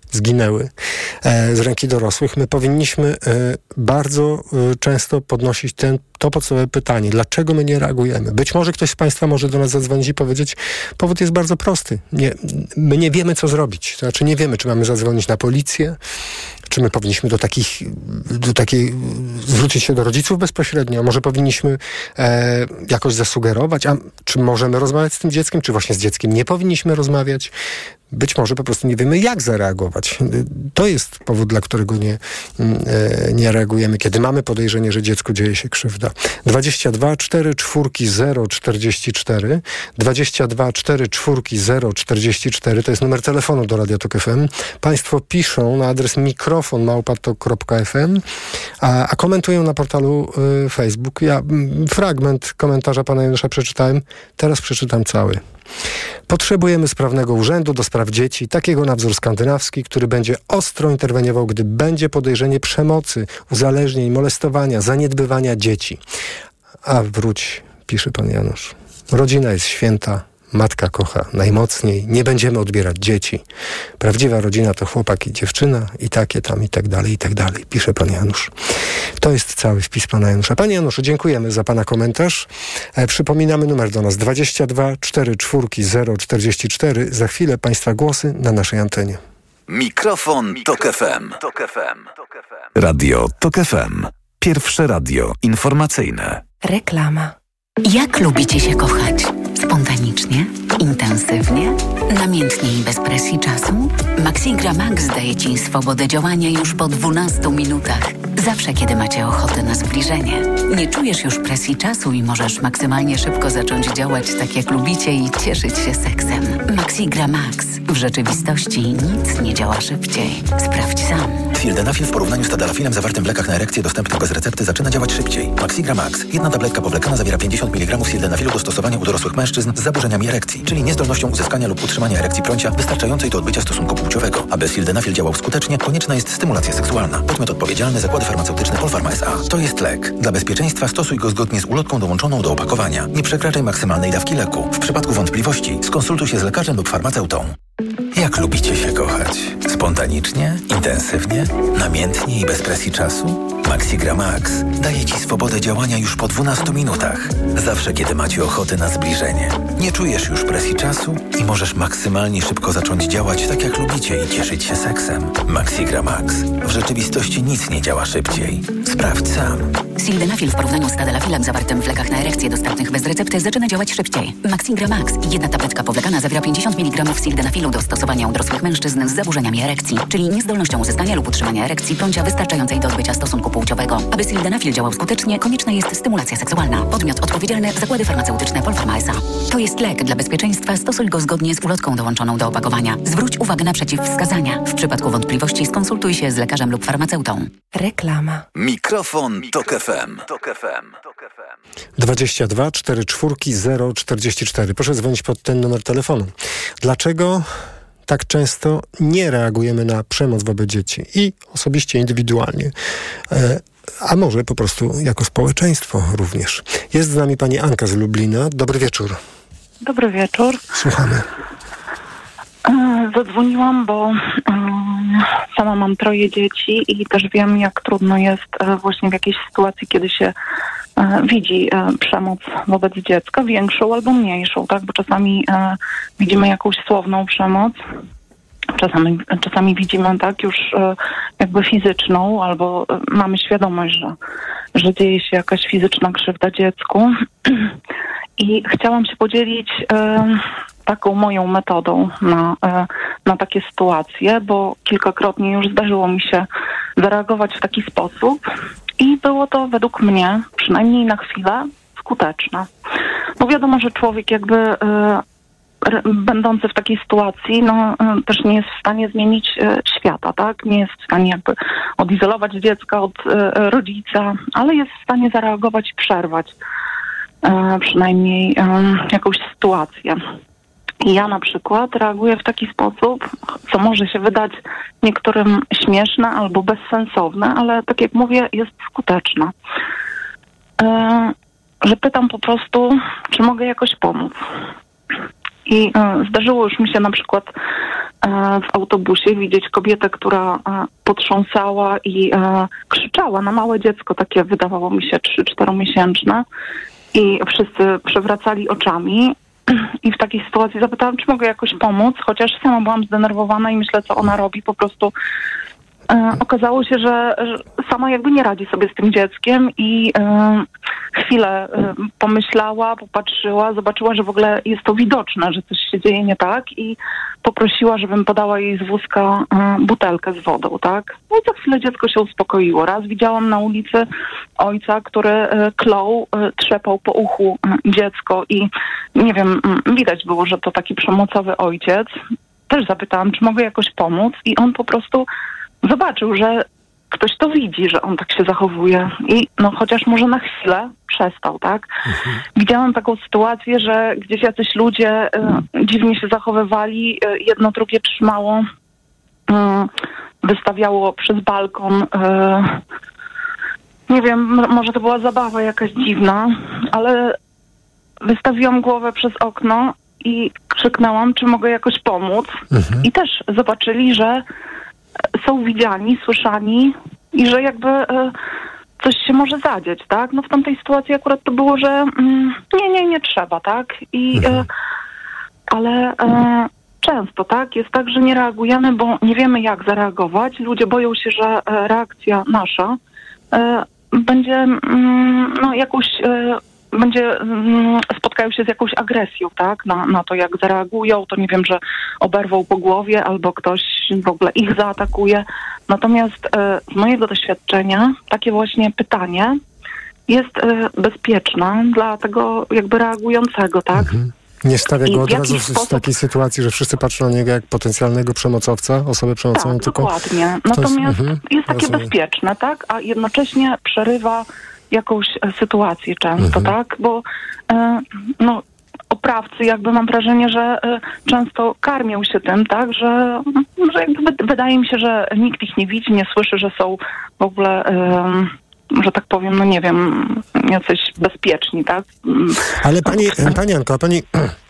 zginęły e, z ręki dorosłych, my powinniśmy e, bardzo e, często podnosić ten, to podstawowe pytanie, dlaczego my nie reagujemy? Być może ktoś z Państwa może do nas zadzwonić i powiedzieć, powód jest bardzo prosty. Nie, my nie wiemy, co zrobić. To znaczy nie wiemy, czy mamy zadzwonić na policję, czy my powinniśmy do takich, do takiej, zwrócić się do rodziców bezpośrednio, może powinniśmy e, jakoś zasugerować, a czy możemy rozmawiać z tym dzieckiem, czy właśnie z dzieckiem nie powinniśmy rozmawiać. Być może po prostu nie wiemy, jak zareagować. To jest powód, dla którego nie, nie reagujemy, kiedy mamy podejrzenie, że dziecku dzieje się krzywda. dwadzieścia dwa cztery czwórki zero czterdzieści cztery, dwadzieścia dwa cztery czwórki zero czterdzieści cztery, to jest numer telefonu do Radia Tok F M. Państwo piszą na adres mikrofon małpa tok kropka f m, a, a komentują na portalu y, Facebook. Ja m, fragment komentarza pana Janusza przeczytałem, teraz przeczytam cały. Potrzebujemy sprawnego urzędu do spraw dzieci, takiego na wzór skandynawski, który będzie ostro interweniował, gdy będzie podejrzenie przemocy, uzależnień, molestowania, zaniedbywania dzieci. A wróć, pisze pan Janusz. Rodzina jest święta, matka kocha najmocniej, nie będziemy odbierać dzieci. Prawdziwa rodzina to chłopak i dziewczyna i takie tam i tak dalej, i tak dalej, pisze pan Janusz. To jest cały wpis pana Janusza. Panie Januszu, dziękujemy za pana komentarz. E, przypominamy numer do nas dwadzieścia dwa cztery czwórki zero czterdzieści cztery. Za chwilę państwa głosy na naszej antenie. Mikrofon Tok F M. Radio Tok F M. Pierwsze radio informacyjne. Reklama. Jak lubicie się kochać? Spontanicznie? Intensywnie? Namiętnie i bez presji czasu? Maxigra Max daje Ci swobodę działania już po dwunastu minutach. Zawsze, kiedy macie ochotę na zbliżenie. Nie czujesz już presji czasu i możesz maksymalnie szybko zacząć działać tak, jak lubicie i cieszyć się seksem. Maxigra Max. W rzeczywistości nic nie działa szybciej. Sprawdź sam. Sildenafil w porównaniu z tadalafilem zawartym w lekach na erekcję dostępnych bez recepty zaczyna działać szybciej. Maxigra Max. Jedna tabletka powlekana zawiera pięćdziesiąt miligramów sildenafilu do stosowania u dorosłych mężczyzn z zaburzeniami erekcji, czyli niezdolnością uzyskania lub utrzymania erekcji prącia wystarczającej do odbycia stosunku płciowego. Aby sildenafil działał skutecznie, konieczna jest stymulacja seksualna. Podmiot odpowiedzialny: Zakłady Farmaceutyczne Polpharma S A. To jest lek. Dla bezpieczeństwa stosuj go zgodnie z ulotką dołączoną do opakowania. Nie przekraczaj maksymalnej dawki leku. W przypadku wątpliwości skonsultuj się z lekarzem lub farmaceutą. Jak lubicie się kochać? Spontanicznie? Intensywnie? Namiętnie i bez presji czasu? Maxigra Max daje Ci swobodę działania już po dwunastu minutach. Zawsze, kiedy macie ochotę na zbliżenie. Nie czujesz już presji czasu i możesz maksymalnie szybko zacząć działać tak, jak lubicie i cieszyć się seksem. Maxigra Max. W rzeczywistości nic nie działa szybciej. Sprawdź sam. Sildenafil w porównaniu z tadalafilem zawartym w lekach na erekcję dostępnych bez recepty zaczyna działać szybciej. Maxigra Max. Jedna tabletka powlekana zawiera pięćdziesiąt miligramów sildenafilu do stosowania u dorosłych mężczyzn z zaburzeniami erekcji, czyli niezdolnością uzyskania lub utrzymania erekcji prącia wystarczającej do odbycia stosunku płciowego. Aby sildenafil działał skutecznie, konieczna jest stymulacja seksualna. Podmiot odpowiedzialny: Zakłady Farmaceutyczne Polpharma S A. To jest lek. Dla bezpieczeństwa stosuj go zgodnie z ulotką dołączoną do opakowania. Zwróć uwagę na przeciwwskazania. W przypadku wątpliwości skonsultuj się z lekarzem lub farmaceutą. Reklama. Mikrofon Tok F M. dwadzieścia dwa cztery czwórki zero czterdzieści cztery. Proszę dzwonić pod ten numer telefonu. Dlaczego tak często nie reagujemy na przemoc wobec dzieci i osobiście, indywidualnie, e, a może po prostu jako społeczeństwo również? Jest z nami pani Anka z Lublina. Dobry wieczór. Dobry wieczór. Słuchamy. E, Zadzwoniłam, bo um, sama mam troje dzieci i też wiem, jak trudno jest e, właśnie w jakiejś sytuacji, kiedy się e, widzi e, przemoc wobec dziecka, większą albo mniejszą, tak? Bo czasami e, widzimy jakąś słowną przemoc, czasami, czasami widzimy tak już e, jakby fizyczną, albo e, mamy świadomość, że, że dzieje się jakaś fizyczna krzywda dziecku. I chciałam się podzielić e, taką moją metodą na, e, na takie sytuacje, bo kilkakrotnie już zdarzyło mi się zareagować w taki sposób i było to według mnie, przynajmniej na chwilę, skuteczne. Bo wiadomo, że człowiek jakby e, r, będący w takiej sytuacji, no e, też nie jest w stanie zmienić e, świata, tak? Nie jest w stanie jakby odizolować dziecka od e, rodzica, ale jest w stanie zareagować i przerwać e, przynajmniej e, jakąś sytuację. I ja na przykład reaguję w taki sposób, co może się wydać niektórym śmieszne albo bezsensowne, ale tak jak mówię, jest skuteczne. E, że pytam po prostu, czy mogę jakoś pomóc. I e, zdarzyło już mi się na przykład w autobusie widzieć kobietę, która potrząsała i krzyczała na małe dziecko, takie wydawało mi się trzy-czteromiesięczne, i wszyscy przewracali oczami. I w takiej sytuacji zapytałam, czy mogę jakoś pomóc, chociaż sama byłam zdenerwowana i myślę, co ona robi. Po prostu e, okazało się, że, że sama jakby nie radzi sobie z tym dzieckiem i e, chwilę e, pomyślała, popatrzyła, zobaczyła, że w ogóle jest to widoczne, że coś się dzieje nie tak, i poprosiła, żebym podała jej z wózka e, butelkę z wodą, tak? No i za chwilę dziecko się uspokoiło. Raz widziałam na ulicy ojca, który e, klął, e, trzepał po uchu e, dziecko i nie wiem, m, widać było, że to taki przemocowy ojciec. Też zapytałam, czy mogę jakoś pomóc, i on po prostu zobaczył, że ktoś to widzi, że on tak się zachowuje, i no chociaż może na chwilę przestał, tak? Mhm. Widziałam taką sytuację, że gdzieś jacyś ludzie y, dziwnie się zachowywali, y, jedno drugie trzymało, y, wystawiało przez balkon, y, nie wiem, m- może to była zabawa jakaś dziwna, ale wystawiłam głowę przez okno i krzyknęłam, czy mogę jakoś pomóc. Mhm. I też zobaczyli, że są widziani, słyszani i że jakby e, coś się może zadzieć, tak? No w tamtej sytuacji akurat to było, że mm, nie, nie, nie trzeba, tak? I, mhm. e, ale e, często, tak? Jest tak, że nie reagujemy, bo nie wiemy, jak zareagować. Ludzie boją się, że e, reakcja nasza e, będzie mm, no jakąś... E, będzie, spotkają się z jakąś agresją, tak, na, na to, jak zareagują, to nie wiem, że oberwą po głowie albo ktoś w ogóle ich zaatakuje. Natomiast e, z mojego doświadczenia takie właśnie pytanie jest e, bezpieczne dla tego jakby reagującego, tak. Mhm. Nie stawia go od razu w sposób... takiej sytuacji, że wszyscy patrzą na niego jak potencjalnego przemocowca, osobę przemocową, tak, tylko... dokładnie. Ktoś... Natomiast Mhm. jest takie Rozumiem. bezpieczne, tak, a jednocześnie przerywa jakąś sytuację często, mhm. tak? Bo e, no, oprawcy jakby mam wrażenie, że e, często karmią się tym, tak? Że, że jakby wydaje mi się, że nikt ich nie widzi, nie słyszy, że są w ogóle, e, że tak powiem, no nie wiem, jacyś bezpieczni, tak? Ale pani, pani Anko, a pani...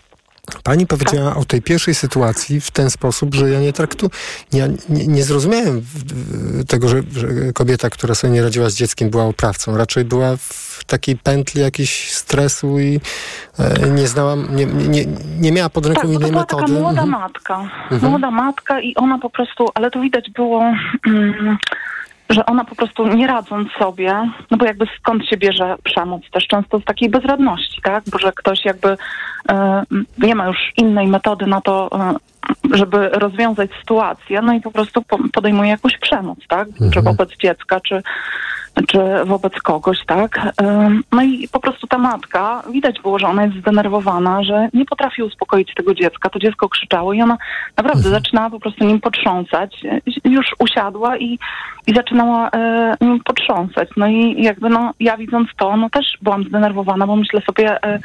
Pani powiedziała o tej pierwszej sytuacji w ten sposób, że ja nie traktuję, ja nie, nie zrozumiałem tego, że, że kobieta, która sobie nie radziła z dzieckiem, była oprawcą. Raczej była w takiej pętli jakiegoś stresu i e, nie znałam, nie, nie, nie miała pod ręką tak, innej to była metody. Taka młoda mhm. matka. Mhm. Młoda matka i ona po prostu, ale to widać było... Mm, że ona po prostu nie radząc sobie, no bo jakby skąd się bierze przemoc też często z takiej bezradności, tak? Bo że ktoś jakby e, nie ma już innej metody na to, e, żeby rozwiązać sytuację, no i po prostu po, podejmuje jakąś przemoc, tak? Mhm. Czy wobec dziecka, czy, czy wobec kogoś, tak? E, no i po prostu ta matka, widać było, że ona jest zdenerwowana, że nie potrafi uspokoić tego dziecka. To dziecko krzyczało i ona naprawdę mhm. zaczynała po prostu nim potrząsać. Już usiadła i, i zaczynała e, nim potrząsać. No i jakby no, ja widząc to, no też byłam zdenerwowana, bo myślę sobie, e,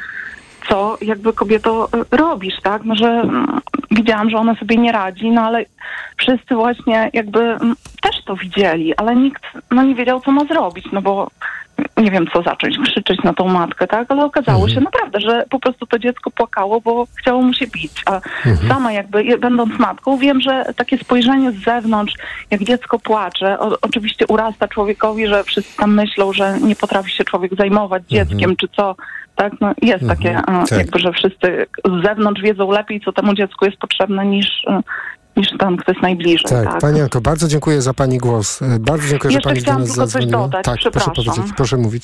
co jakby kobieto e, robisz, tak? No, że m, widziałam, że ona sobie nie radzi, no ale wszyscy właśnie jakby m, też to widzieli, ale nikt no nie wiedział, co ma zrobić, no bo nie wiem, co zacząć, krzyczeć na tą matkę, tak? Ale okazało mhm. się naprawdę, że po prostu to dziecko płakało, bo chciało mu się bić. A mhm. sama jakby, będąc matką, wiem, że takie spojrzenie z zewnątrz, jak dziecko płacze, o, oczywiście urasta człowiekowi, że wszyscy tam myślą, że nie potrafi się człowiek zajmować mhm. dzieckiem, czy co. Tak, no jest mhm. takie, a, tak. jakby, że wszyscy z zewnątrz wiedzą lepiej, co temu dziecku jest potrzebne, niż... niż tam, kto jest najbliżej. Tak, tak. Pani Anko, bardzo dziękuję za Pani głos. Bardzo dziękuję, Jeszcze że Pani do nas zadzwoniła. Dodać, tak, proszę powiedzieć, proszę mówić.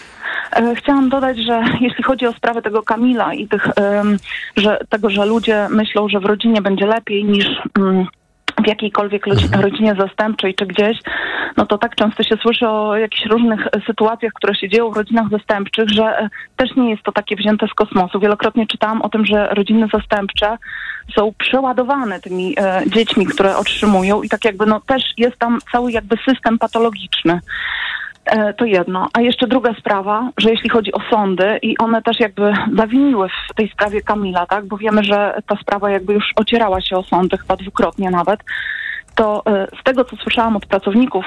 E, chciałam dodać, że jeśli chodzi o sprawę tego Kamila i tych, um, że tego, że ludzie myślą, że w rodzinie będzie lepiej niż um, w jakiejkolwiek mhm. rodzinie zastępczej czy gdzieś, no to tak często się słyszy o jakichś różnych sytuacjach, które się dzieją w rodzinach zastępczych, że też nie jest to takie wzięte z kosmosu. Wielokrotnie czytałam o tym, że rodziny zastępcze są przeładowane tymi e, dziećmi, które otrzymują i tak jakby no też jest tam cały jakby system patologiczny. E, to jedno. A jeszcze druga sprawa, że jeśli chodzi o sądy i one też jakby zawiniły w tej sprawie Kamila, tak, bo wiemy, że ta sprawa jakby już ocierała się o sądy, chyba dwukrotnie nawet, to z tego, co słyszałam od pracowników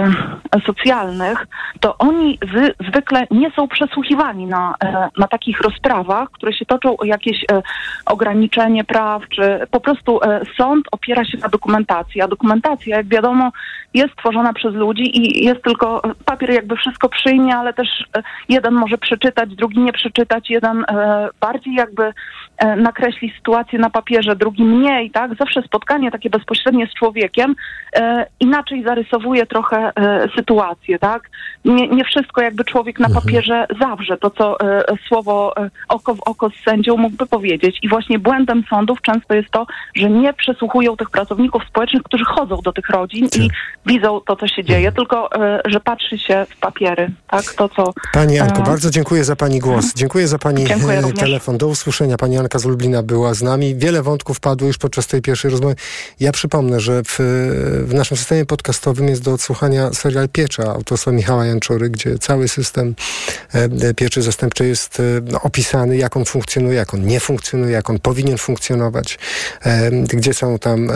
socjalnych, to oni z, zwykle nie są przesłuchiwani na, na takich rozprawach, które się toczą o jakieś ograniczenie praw, czy po prostu sąd opiera się na dokumentacji, a dokumentacja, jak wiadomo, jest tworzona przez ludzi i jest tylko, papier jakby wszystko przyjmie, ale też jeden może przeczytać, drugi nie przeczytać, jeden bardziej jakby nakreśli sytuację na papierze, drugi mniej, tak? Zawsze spotkanie takie bezpośrednie z człowiekiem e, inaczej zarysowuje trochę e, sytuację, tak? Nie, nie wszystko jakby człowiek na papierze zawrze, to co e, słowo e, oko w oko z sędzią mógłby powiedzieć. I właśnie błędem sądów często jest to, że nie przesłuchują tych pracowników społecznych, którzy chodzą do tych rodzin i widzą to, co się dzieje, tylko e, że patrzy się w papiery, tak? To, co... Pani Anko, e... bardzo dziękuję za Pani głos. Dziękuję za Pani Dziękuję telefon. Do usłyszenia. Pani Anka z Lublina była z nami. Wiele wątków padło już podczas tej pierwszej rozmowy. Ja przypomnę, że w, w naszym systemie podcastowym jest do odsłuchania serial Piecza autorstwa Michała Janczury, gdzie cały system e, pieczy zastępczej jest e, opisany, jak on funkcjonuje, jak on nie funkcjonuje, jak on powinien funkcjonować, e, gdzie są tam e,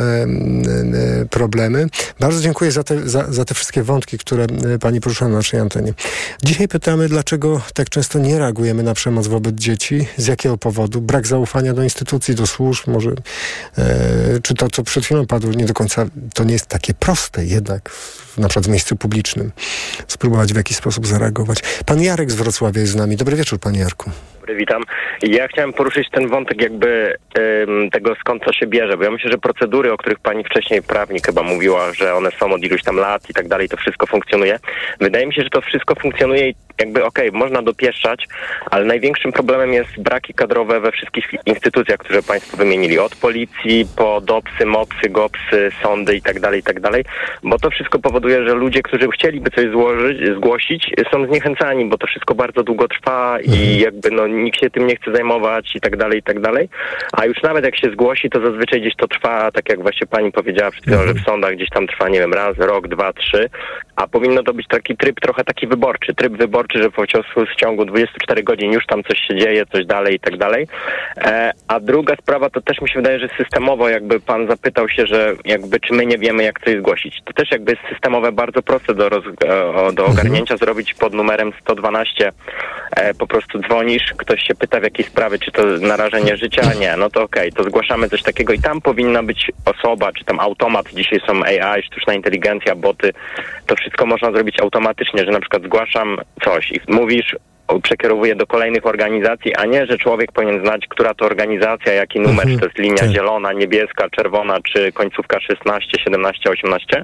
e, problemy. Bardzo dziękuję za te, za, za te wszystkie wątki, które e, Pani poruszyła na naszej antenie. Dzisiaj pytamy, dlaczego tak często nie reagujemy na przemoc wobec dzieci, z jakiego powodu, brak zaufania do instytucji, do służb, może e, czy to, co przed chwilą padło, nie do końca, to nie jest takie proste jednak, w, na przykład w miejscu publicznym, spróbować w jakiś sposób zareagować. Pan Jarek z Wrocławia jest z nami. Dobry wieczór, panie Jarku. Dobry, witam. Ja chciałem poruszyć ten wątek jakby ym, tego, skąd to się bierze, bo ja myślę, że procedury, o których pani wcześniej prawnik chyba mówiła, że one są od iluś tam lat i tak dalej, to wszystko funkcjonuje. Wydaje mi się, że to wszystko funkcjonuje i jakby okej, okay, można dopieszczać, ale największym problemem jest braki kadrowe we wszystkich instytucjach, które państwo wymienili. Od policji po dopsy, mopsy, gopsy, sądy i tak dalej, i tak dalej, bo to wszystko powoduje, że ludzie, którzy chcieliby coś złożyć, zgłosić, są zniechęcani, bo to wszystko bardzo długo trwa i jakby no nikt się tym nie chce zajmować i tak dalej, i tak dalej. A już nawet jak się zgłosi, to zazwyczaj gdzieś to trwa, tak jak właśnie pani powiedziała przed chwilą, że w sądach gdzieś tam trwa, nie wiem, raz, rok, dwa, trzy, a powinno to być taki tryb trochę taki wyborczy, tryb wyborczy, że po w ciągu dwudziestu czterech godzin już tam coś się dzieje, coś dalej i tak dalej. E, a druga sprawa, to też mi się wydaje, że systemowo jakby pan zapytał się, że jakby czy my nie wiemy, jak coś zgłosić. To też jakby jest systemowe bardzo proste do, roz, do ogarnięcia, zrobić pod numerem sto dwanaście. E, po prostu dzwonisz, ktoś się pyta w jakiej sprawie, czy to narażenie życia? Nie, no to okej, okay, to zgłaszamy coś takiego i tam powinna być osoba, czy tam automat, dzisiaj są A I, sztuczna inteligencja, boty, to wszystko można zrobić automatycznie, że na przykład zgłaszam coś i mówisz, przekierowuje do kolejnych organizacji, a nie, że człowiek powinien znać, która to organizacja, jaki numer, czy to jest linia zielona, niebieska, czerwona, czy końcówka szesnaście, siedemnaście, osiemnaście.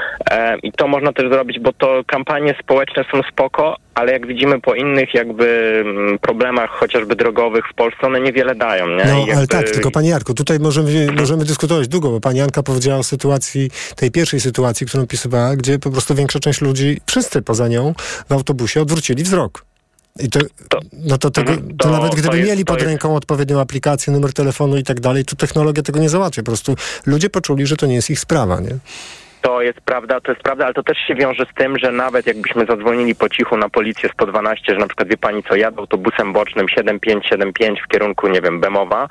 E, I to można też zrobić, bo to kampanie społeczne są spoko, ale jak widzimy po innych jakby problemach, chociażby drogowych w Polsce, one niewiele dają, nie? No, jakby... ale tak, tylko panie Jarku, tutaj możemy, możemy dyskutować długo, bo pani Anka powiedziała o sytuacji, tej pierwszej sytuacji, którą opisywała, gdzie po prostu większa część ludzi, wszyscy poza nią, w autobusie odwrócili wzrok. I to, to, no to, tego, to, to nawet gdyby to jest, mieli pod jest... ręką odpowiednią aplikację, numer telefonu i tak dalej, to technologia tego nie załatwia. Po prostu ludzie poczuli, że to nie jest ich sprawa, nie? To jest prawda, to jest prawda, ale to też się wiąże z tym, że nawet jakbyśmy zadzwonili po cichu na policję sto dwanaście, że na przykład wie pani co, jadę autobusem bocznym siedem pięć siedem pięć w kierunku, nie wiem, Bemowa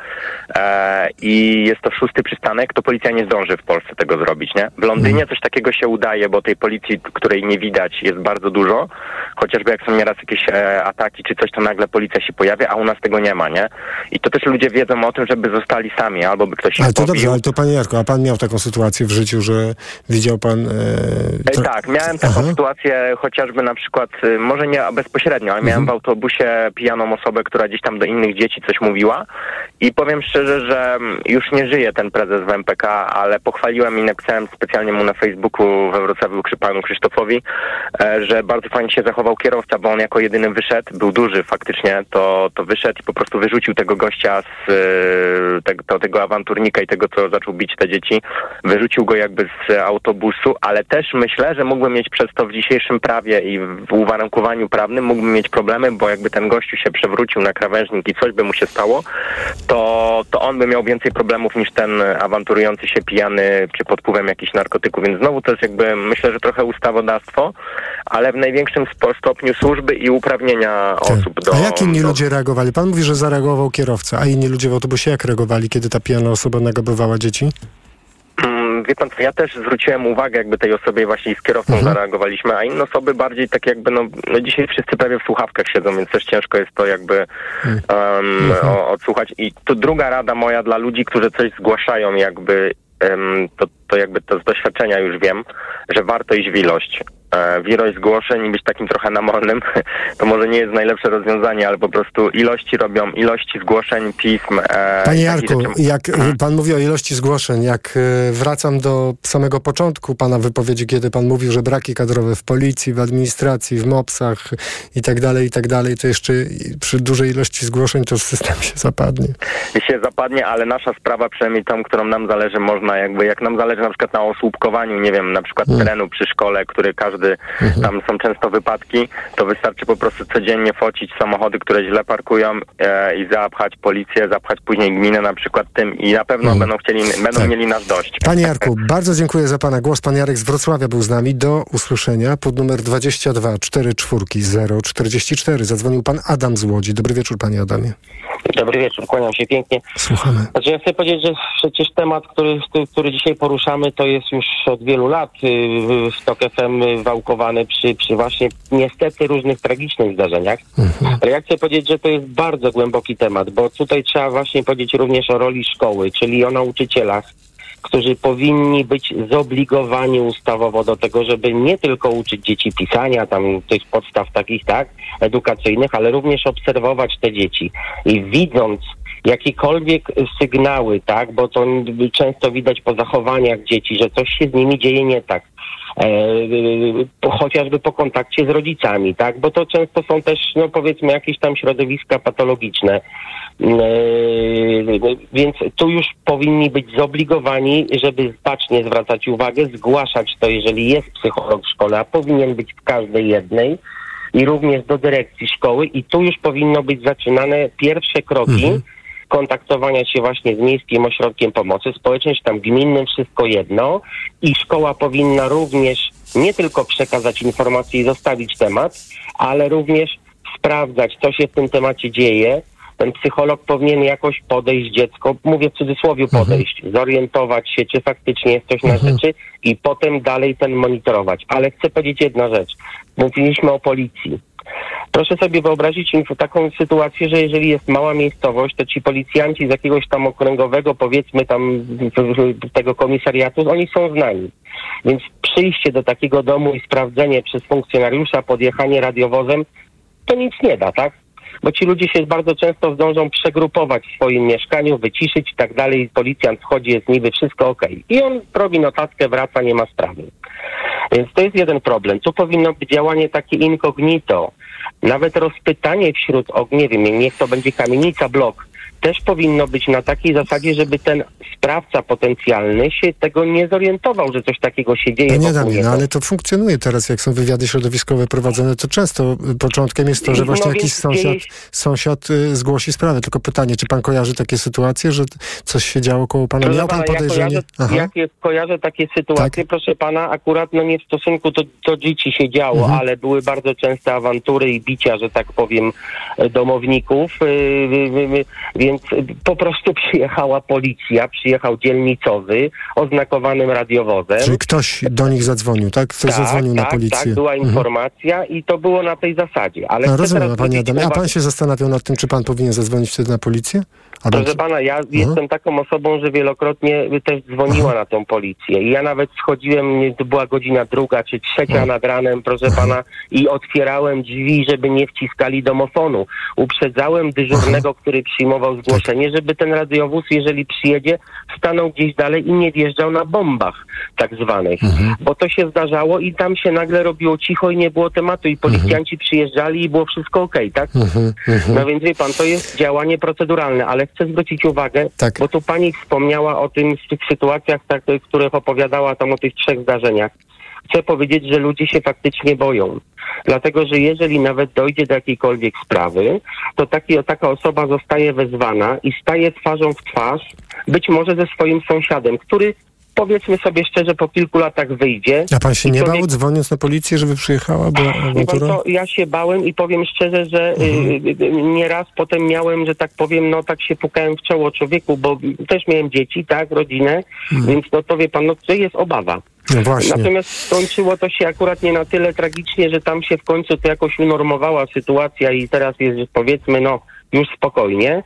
e, i jest to szósty przystanek, to policja nie zdąży w Polsce tego zrobić, nie? W Londynie coś takiego się udaje, bo tej policji, której nie widać, jest bardzo dużo, chociażby jak są nieraz jakieś e, ataki czy coś, to nagle policja się pojawia, a u nas tego nie ma, nie? I to też ludzie wiedzą o tym, żeby zostali sami, albo by ktoś ich Ale to pobił. dobrze, ale to panie Jarku, a pan miał taką sytuację w życiu, że widział pan... E, tra- tak, miałem taką Aha. sytuację chociażby na przykład, może nie bezpośrednio, ale miałem mhm. w autobusie pijaną osobę, która gdzieś tam do innych dzieci coś mówiła i powiem szczerze, że już nie żyje ten prezes w M P K, ale pochwaliłem i napisałem specjalnie mu na Facebooku we Wrocławiu panu Krzysztofowi, że bardzo fajnie się zachował kierowca, bo on jako jedyny wyszedł, był duży faktycznie, to, to wyszedł i po prostu wyrzucił tego gościa z tego, tego awanturnika i tego, co zaczął bić te dzieci, wyrzucił go jakby z autobusu, ale też myślę, że mógłbym mieć przez to w dzisiejszym prawie i w uwarunkowaniu prawnym mógłbym mieć problemy, bo jakby ten gościu się przewrócił na krawężnik i coś by mu się stało, to, to on by miał więcej problemów niż ten awanturujący się pijany czy pod wpływem jakichś narkotyków, więc znowu to jest jakby, myślę, że trochę ustawodawstwo, ale w największym stopniu służby i uprawnienia tak. osób do... A jak inni do... ludzie reagowali? Pan mówi, że zareagował kierowca, a inni ludzie w autobusie jak reagowali, kiedy ta pijana osoba nagabywała dzieci? um, wie pan co, ja też zwróciłem uwagę jakby tej osobie właśnie i z kierowcą mhm. zareagowaliśmy, a inne osoby bardziej tak jakby, no, no dzisiaj wszyscy prawie w słuchawkach siedzą, więc też ciężko jest to jakby um, mhm. o, odsłuchać. I tu druga rada moja dla ludzi, którzy coś zgłaszają jakby, um, to, to jakby to z doświadczenia już wiem, że warto iść w ilość. W ilość zgłoszeń i być takim trochę namolnym, to może nie jest najlepsze rozwiązanie, ale po prostu ilości robią, ilości zgłoszeń, pism. E, Panie Jarku, jak pan mówi o ilości zgłoszeń, jak wracam do samego początku pana wypowiedzi, kiedy pan mówił, że braki kadrowe w policji, w administracji, w mopsach i tak dalej, i tak dalej, to jeszcze przy dużej ilości zgłoszeń to system się zapadnie. Się zapadnie, ale nasza sprawa, przynajmniej tą, którą nam zależy, można jakby, jak nam zależy na przykład na osłupkowaniu, nie wiem, na przykład hmm. terenu przy szkole, który każdy Mhm. tam są często wypadki, to wystarczy po prostu codziennie focić samochody, które źle parkują e, i zapchać policję, zapchać później gminę na przykład tym i na pewno mhm. będą chcieli, będą tak. mieli nas dość. Panie Jarku, bardzo dziękuję za pana głos. Pan Jarek z Wrocławia był z nami. Do usłyszenia. Pod numer dwadzieścia dwa czterdzieści cztery zero czterdzieści cztery zadzwonił pan Adam z Łodzi. Dobry wieczór, panie Adamie. Dobry wieczór, kłaniam się pięknie. Słuchamy. Znaczy ja chcę powiedzieć, że przecież temat, który, który dzisiaj poruszamy, to jest już od wielu lat w Tok F M wałkowany przy, przy właśnie niestety różnych tragicznych zdarzeniach. Mhm. Ale ja chcę powiedzieć, że to jest bardzo głęboki temat, bo tutaj trzeba właśnie powiedzieć również o roli szkoły, czyli o nauczycielach, którzy powinni być zobligowani ustawowo do tego, żeby nie tylko uczyć dzieci pisania, tam tych podstaw takich, tak, edukacyjnych, ale również obserwować te dzieci. I widząc jakiekolwiek sygnały, tak, bo to często widać po zachowaniach dzieci, że coś się z nimi dzieje nie tak. E, po, chociażby po kontakcie z rodzicami, tak, bo to często są też, no powiedzmy, jakieś tam środowiska patologiczne, e, więc tu już powinni być zobligowani, żeby bacznie zwracać uwagę, zgłaszać to, jeżeli jest psycholog w szkole, a powinien być w każdej jednej, i również do dyrekcji szkoły, i tu już powinno być zaczynane pierwsze kroki mhm. kontaktowania się właśnie z Miejskim Ośrodkiem Pomocy Społecznej, czy tam gminnym, wszystko jedno, i szkoła powinna również nie tylko przekazać informacje i zostawić temat, ale również sprawdzać, co się w tym temacie dzieje. Ten psycholog powinien jakoś podejść dziecko, mówię w cudzysłowie podejść, mhm. zorientować się, czy faktycznie jest coś mhm. na rzeczy, i potem dalej ten monitorować. Ale chcę powiedzieć jedna rzecz. Mówiliśmy o policji. Proszę sobie wyobrazić taką sytuację, że jeżeli jest mała miejscowość, to ci policjanci z jakiegoś tam okręgowego, powiedzmy tam tego komisariatu, oni są znani. Więc przyjście do takiego domu i sprawdzenie przez funkcjonariusza, podjechanie radiowozem, to nic nie da, tak? Bo ci ludzie się bardzo często zdążą przegrupować w swoim mieszkaniu, wyciszyć i tak dalej. Policjant wchodzi, jest niby wszystko okej. Okay. I on robi notatkę, wraca, nie ma sprawy. Więc to jest jeden problem. Tu powinno być działanie takie incognito. Nawet rozpytanie wśród, o, nie wiem, niech to będzie kamienica, blok, też powinno być na takiej zasadzie, żeby ten sprawca potencjalny się tego nie zorientował, że coś takiego się dzieje. No nie, Damie, no ale to funkcjonuje teraz, jak są wywiady środowiskowe prowadzone, to często początkiem jest to, że właśnie no jakiś sąsiad, dzieje... sąsiad y, zgłosi sprawę. Tylko pytanie, czy pan kojarzy takie sytuacje, że coś się działo koło pana? Miał pan podejrzenie? Ja kojarzę, jak kojarzę takie sytuacje, tak? Proszę pana, akurat no nie w stosunku do, do dzieci się działo, mhm. ale były bardzo częste awantury i bicia, że tak powiem, domowników, yy, yy, yy, więc po prostu przyjechała policja, przyjechał dzielnicowy, oznakowanym radiowozem. Czyli ktoś do nich zadzwonił, tak? Ktoś tak, zadzwonił tak, na policję. Tak, była informacja mhm. i to było na tej zasadzie. Ale no, rozumiem, panie Adamie. A pan się zastanawiał nad tym, czy pan powinien zadzwonić wtedy na policję? Albo... Proszę pana, ja mhm. jestem taką osobą, że wielokrotnie też dzwoniła mhm. na tą policję. I ja nawet schodziłem, to była godzina druga czy trzecia mhm. nad ranem, proszę mhm. pana, i otwierałem drzwi, żeby nie wciskali domofonu. Uprzedzałem dyżurnego, mhm. który przyjmował zgłoszenie, żeby ten radiowóz, jeżeli przyjedzie, stanął gdzieś dalej i nie wjeżdżał na bombach tak zwanych. Mhm. Bo to się zdarzało i tam się nagle robiło cicho i nie było tematu i policjanci mhm. przyjeżdżali i było wszystko okej, okay, tak? Mhm. Mhm. No więc wie pan, to jest działanie proceduralne, ale chcę zwrócić uwagę, tak. bo tu pani wspomniała o tym w tych sytuacjach, tak, w których opowiadała tam o tych trzech zdarzeniach. Chcę powiedzieć, że ludzie się faktycznie boją. Dlatego, że jeżeli nawet dojdzie do jakiejkolwiek sprawy, to taki, taka osoba zostaje wezwana i staje twarzą w twarz, być może ze swoim sąsiadem, który powiedzmy sobie szczerze, po kilku latach wyjdzie. A pan się nie powie... bał, dzwoniąc na policję, żeby przyjechała? Była awantura? To ja się bałem i powiem szczerze, że mhm. y, nieraz potem miałem, że tak powiem, no tak się pukałem w czoło człowieku, bo też miałem dzieci, tak, rodzinę, mhm. więc no to wie pan, no to jest obawa. No właśnie. Natomiast skończyło to się akurat nie na tyle tragicznie, że tam się w końcu to jakoś unormowała sytuacja i teraz jest, powiedzmy, no już spokojnie.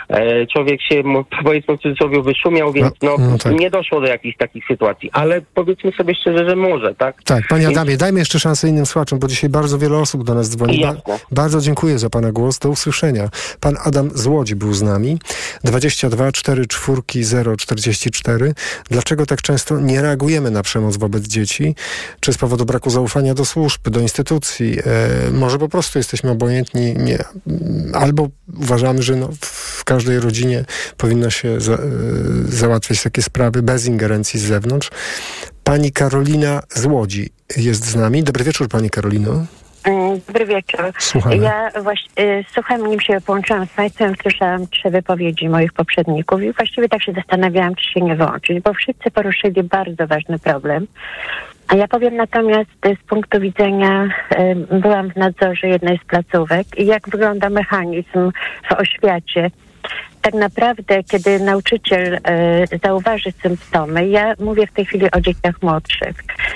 E, człowiek się, powiedzmy w cudzysłowie, wyszumiał, więc no, no tak. nie doszło do jakichś takich sytuacji, ale powiedzmy sobie szczerze, że może, tak? Tak, panie Adamie, więc... dajmy jeszcze szansę innym słuchaczom, bo dzisiaj bardzo wiele osób do nas dzwoni. Ba- bardzo dziękuję za pana głos, do usłyszenia. Pan Adam z Łodzi był z nami. dwadzieścia dwa cztery cztery zero czterdzieści cztery. Dlaczego tak często nie reagujemy na przemoc wobec dzieci? Czy z powodu braku zaufania do służb, do instytucji? E, może po prostu jesteśmy obojętni, nie. Albo uważamy, że no, w każdej rodzinie powinno się za, załatwiać takie sprawy bez ingerencji z zewnątrz. Pani Karolina z Łodzi jest z nami. Dobry wieczór, pani Karolino. Dobry wieczór. Słuchamy. Ja właśnie y, słucham, nim się połączyłam z państwem, słyszałam trzy wypowiedzi moich poprzedników i właściwie tak się zastanawiałam, czy się nie wyłączyć, bo wszyscy poruszyli bardzo ważny problem. A ja powiem natomiast z punktu widzenia, y, byłam w nadzorze jednej z placówek i jak wygląda mechanizm w oświacie. Tak naprawdę, kiedy nauczyciel y, zauważy symptomy, ja mówię w tej chwili o dzieciach młodszych,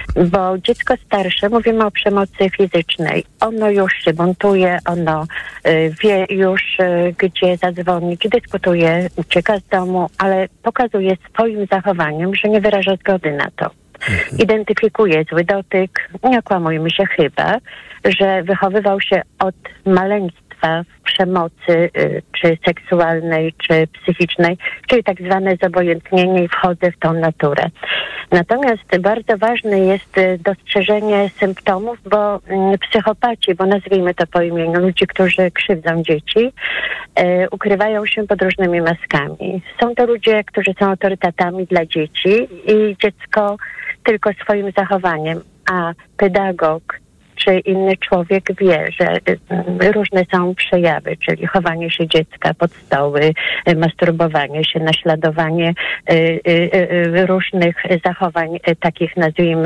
bo dziecko starsze, mówimy o przemocy fizycznej, ono już się buntuje, ono y, wie już, y, gdzie zadzwonić, dyskutuje, ucieka z domu, ale pokazuje swoim zachowaniem, że nie wyraża zgody na to. Identyfikuje zły dotyk, nie okłamujmy się chyba, że wychowywał się od maleństwa w przemocy y, czy seksualnej, czy psychicznej, czyli tak zwane zobojętnienie i wchodzę w tą naturę. Natomiast bardzo ważne jest y, dostrzeżenie symptomów, bo y, psychopaci, bo nazwijmy to po imieniu, ludzie, którzy krzywdzą dzieci, y, ukrywają się pod różnymi maskami. Są to ludzie, którzy są autorytetami dla dzieci i dziecko tylko swoim zachowaniem, a pedagog czy inny człowiek wie, że y, różne są przejawy, czyli chowanie się dziecka pod stoły, y, masturbowanie się, naśladowanie y, y, y, różnych zachowań, y, takich nazwijmy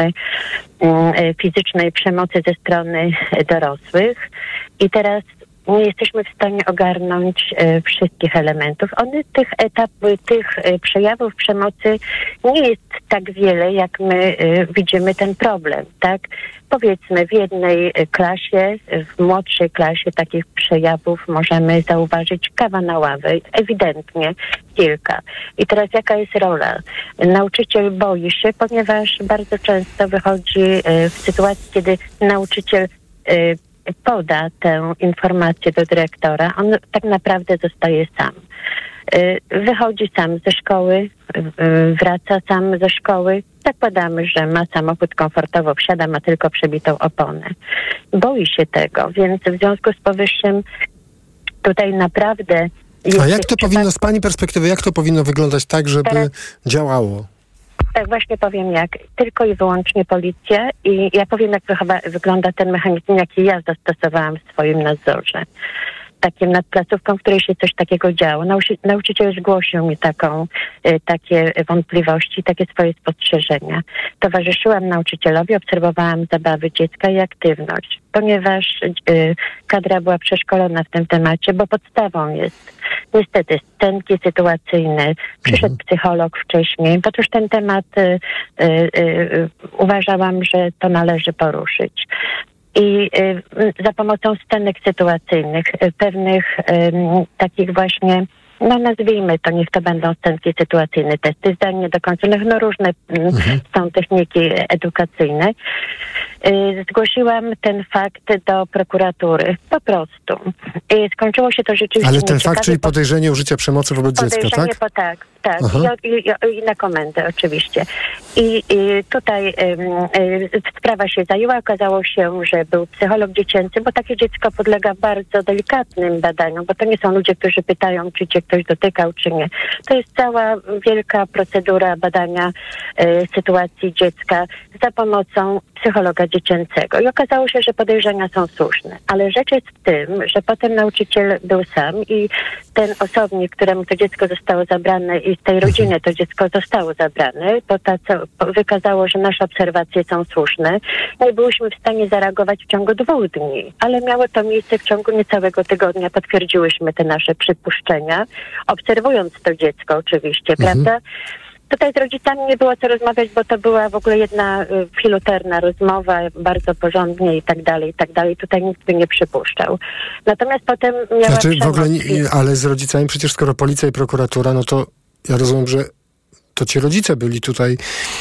y, fizycznej przemocy ze strony dorosłych. I teraz nie jesteśmy w stanie ogarnąć e, wszystkich elementów. One, tych etapów, tych e, przejawów przemocy nie jest tak wiele, jak my e, widzimy ten problem, tak? Powiedzmy w jednej klasie, w młodszej klasie takich przejawów możemy zauważyć kawa na ławę, ewidentnie kilka. I teraz jaka jest rola? Nauczyciel boi się, ponieważ bardzo często wychodzi e, w sytuacji, kiedy nauczyciel e, poda tę informację do dyrektora, on tak naprawdę zostaje sam. Wychodzi sam ze szkoły, wraca sam ze szkoły. Zakładamy, że ma samochód, komfortowo wsiada, ma tylko przebitą oponę. Boi się tego, więc w związku z powyższym tutaj naprawdę... A jak to powinno, z pani perspektywy, jak to powinno wyglądać tak, żeby teraz działało? Tak, właśnie powiem jak. Tylko i wyłącznie policja i ja powiem, jak wychowa- wygląda ten mechanizm, jaki ja zastosowałam w swoim nadzorze. Takim nad placówką, w której się coś takiego działo. Nauczy- nauczyciel zgłosił mi taką, y, takie wątpliwości, takie swoje spostrzeżenia. Towarzyszyłam nauczycielowi, obserwowałam zabawy dziecka i aktywność, ponieważ y, kadra była przeszkolona w tym temacie, bo podstawą jest niestety scenki sytuacyjne. Przyszedł mhm. psycholog wcześniej. Otóż ten temat y, y, y, uważałam, że to należy poruszyć. I y, za pomocą scenek sytuacyjnych, y, pewnych y, takich właśnie, no nazwijmy to, niech to będą scenki sytuacyjne, testy zdań niedokończonych, no różne mhm. są techniki edukacyjne. Y, zgłosiłam ten fakt do prokuratury, po prostu. I skończyło się to rzeczywiście... Ale ten fakt, czyli podejrzenie użycia przemocy wobec dziecka, tak? Po, tak, tak. I, i, i, I na komendę oczywiście. I, i tutaj y, y, sprawa się zajęła. Okazało się, że był psycholog dziecięcy, bo takie dziecko podlega bardzo delikatnym badaniom, bo to nie są ludzie, którzy pytają, czy cię ktoś dotykał, czy nie. To jest cała wielka procedura badania y, sytuacji dziecka za pomocą psychologa dziecięcego. I okazało się, że podejrzenia są słuszne. Ale rzecz jest w tym, że potem nauczyciel był sam i ten osobnik, któremu to dziecko zostało zabrane i z tej rodziny to dziecko zostało zabrane, to ta, co wykazało, że nasze obserwacje są słuszne. Nie byliśmy w stanie zareagować w ciągu dwóch dni, ale miało to miejsce w ciągu niecałego tygodnia. Potwierdziłyśmy te nasze przypuszczenia, obserwując to dziecko oczywiście, mhm. prawda? Tutaj z rodzicami nie było co rozmawiać, bo to była w ogóle jedna y, filuterna rozmowa, bardzo porządnie i tak dalej, i tak dalej. Tutaj nikt by nie przypuszczał. Natomiast potem miała Znaczy przemoc. w ogóle, nie, ale z rodzicami przecież skoro policja i prokuratura, no to ja rozumiem, że to ci rodzice byli tutaj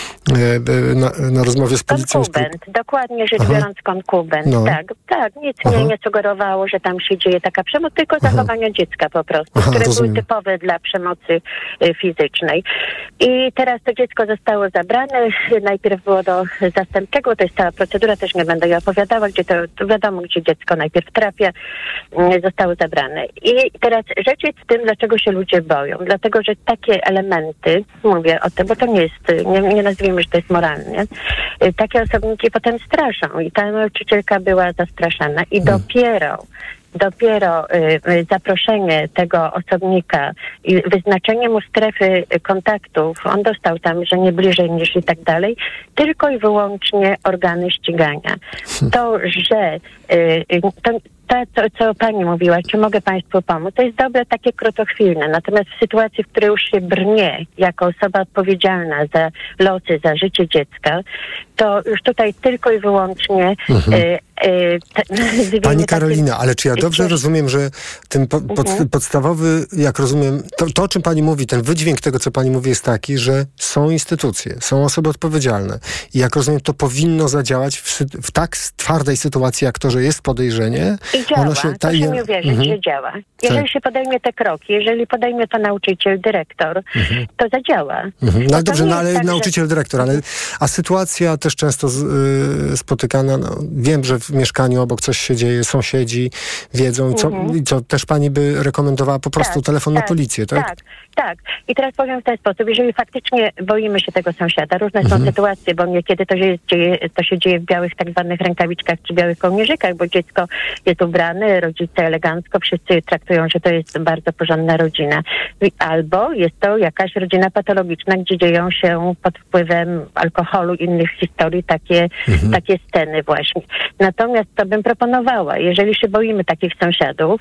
e, na, na rozmowie z policją. Konkubent, dokładnie rzecz Aha. biorąc konkubent, No. tak, tak, nic Aha. mnie nie sugerowało, że tam się dzieje taka przemoc, tylko Aha. zachowania dziecka po prostu, Aha, które rozumiem. były typowe dla przemocy y, fizycznej. I teraz to dziecko zostało zabrane, najpierw było do zastępczego, to jest cała procedura, też nie będę jej opowiadała, gdzie to, to wiadomo, gdzie dziecko najpierw trafia, y, zostało zabrane. I teraz rzecz jest w tym, dlaczego się ludzie boją, dlatego, że takie elementy, mówię o tym, bo to nie jest, nie, nie nazwijmy, że to jest moralnie, y, takie osobniki potem straszą i ta nauczycielka była zastraszana i hmm. dopiero Dopiero y, y, zaproszenie tego osobnika i wyznaczenie mu strefy kontaktów, on dostał tam, że nie bliżej niż i tak dalej, tylko i wyłącznie organy ścigania. To, że y, y, to, to, co, co pani mówiła, czy mogę państwu pomóc, to jest dobre takie krótkochwilne. Natomiast w sytuacji, w której już się brnie jako osoba odpowiedzialna za losy, za życie dziecka, to już tutaj tylko i wyłącznie mhm. y, y, te, Pani Karolina, ale czy ja dobrze rozumiem, że ten po, pod, mhm. podstawowy, jak rozumiem, to, to o czym pani mówi, ten wydźwięk tego, co pani mówi, jest taki, że są instytucje, są osoby odpowiedzialne i jak rozumiem, to powinno zadziałać w, w tak twardej sytuacji, jak to, że jest podejrzenie. I działa, ono się, ta, proszę mi uwierzyć, mhm. że działa. Jeżeli tak. się podejmie te kroki, jeżeli podejmie to nauczyciel, dyrektor, mhm. to zadziała. Mhm. No ale dobrze, no, ale tak, nauczyciel, że... dyrektor, ale a sytuacja też często z, y, spotykana, no, wiem, że w mieszkaniu obok coś się dzieje, sąsiedzi wiedzą i co, mhm. i co też pani by rekomendowała po prostu tak, telefon tak, na policję, tak? Tak, tak. I teraz powiem w ten sposób, jeżeli faktycznie boimy się tego sąsiada, różne mhm. są sytuacje, bo niekiedy to się, dzieje, to się dzieje w białych tak zwanych rękawiczkach czy białych kołnierzykach, bo dziecko jest ubrane, rodzice elegancko, wszyscy traktują, że to jest bardzo porządna rodzina. Albo jest to jakaś rodzina patologiczna, gdzie dzieją się pod wpływem alkoholu, innych historii, takie, mhm. takie sceny właśnie. Natomiast to bym proponowała, jeżeli się boimy takich sąsiadów,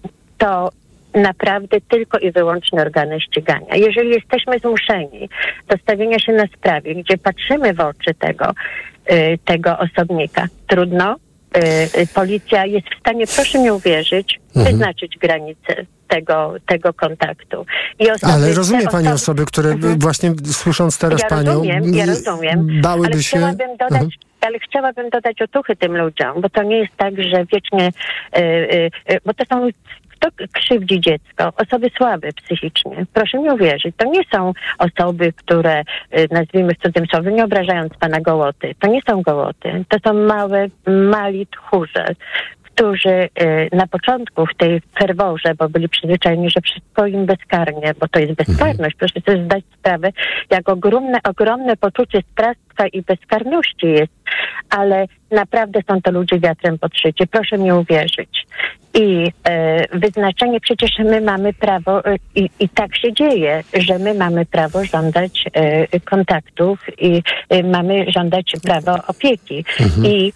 to naprawdę tylko i wyłącznie organy ścigania. Jeżeli jesteśmy zmuszeni do stawienia się na sprawie, gdzie patrzymy w oczy tego, y, tego osobnika, trudno, y, y, policja jest w stanie, proszę mi uwierzyć, mhm. wyznaczyć granice tego, tego kontaktu. I osoby, ale rozumie pani osoby, osoby, które mhm. właśnie słysząc teraz ja panią, rozumiem, ja rozumiem, bałyby ale się... Chciałabym dodać, mhm. ale chciałabym dodać otuchy tym ludziom, bo to nie jest tak, że wiecznie, y, y, y, bo to są, kto krzywdzi dziecko? Osoby słabe psychicznie. Proszę mi uwierzyć, to nie są osoby, które, y, nazwijmy w cudzysłowie, nie obrażając pana gołoty, to nie są gołoty, to są małe, mali tchórze, którzy y, na początku w tej ferworze, bo byli przyzwyczajeni, że wszystko im bezkarnie, bo to jest bezkarność, proszę sobie zdać sprawę, jak ogromne, ogromne poczucie sprawstwa i bezkarności jest, ale naprawdę są to ludzie wiatrem podszyci, proszę mi uwierzyć. I y, wyznaczenie, przecież my mamy prawo, y, i, i tak się dzieje, że my mamy prawo żądać y, kontaktów i y, mamy żądać prawa opieki. Mhm. I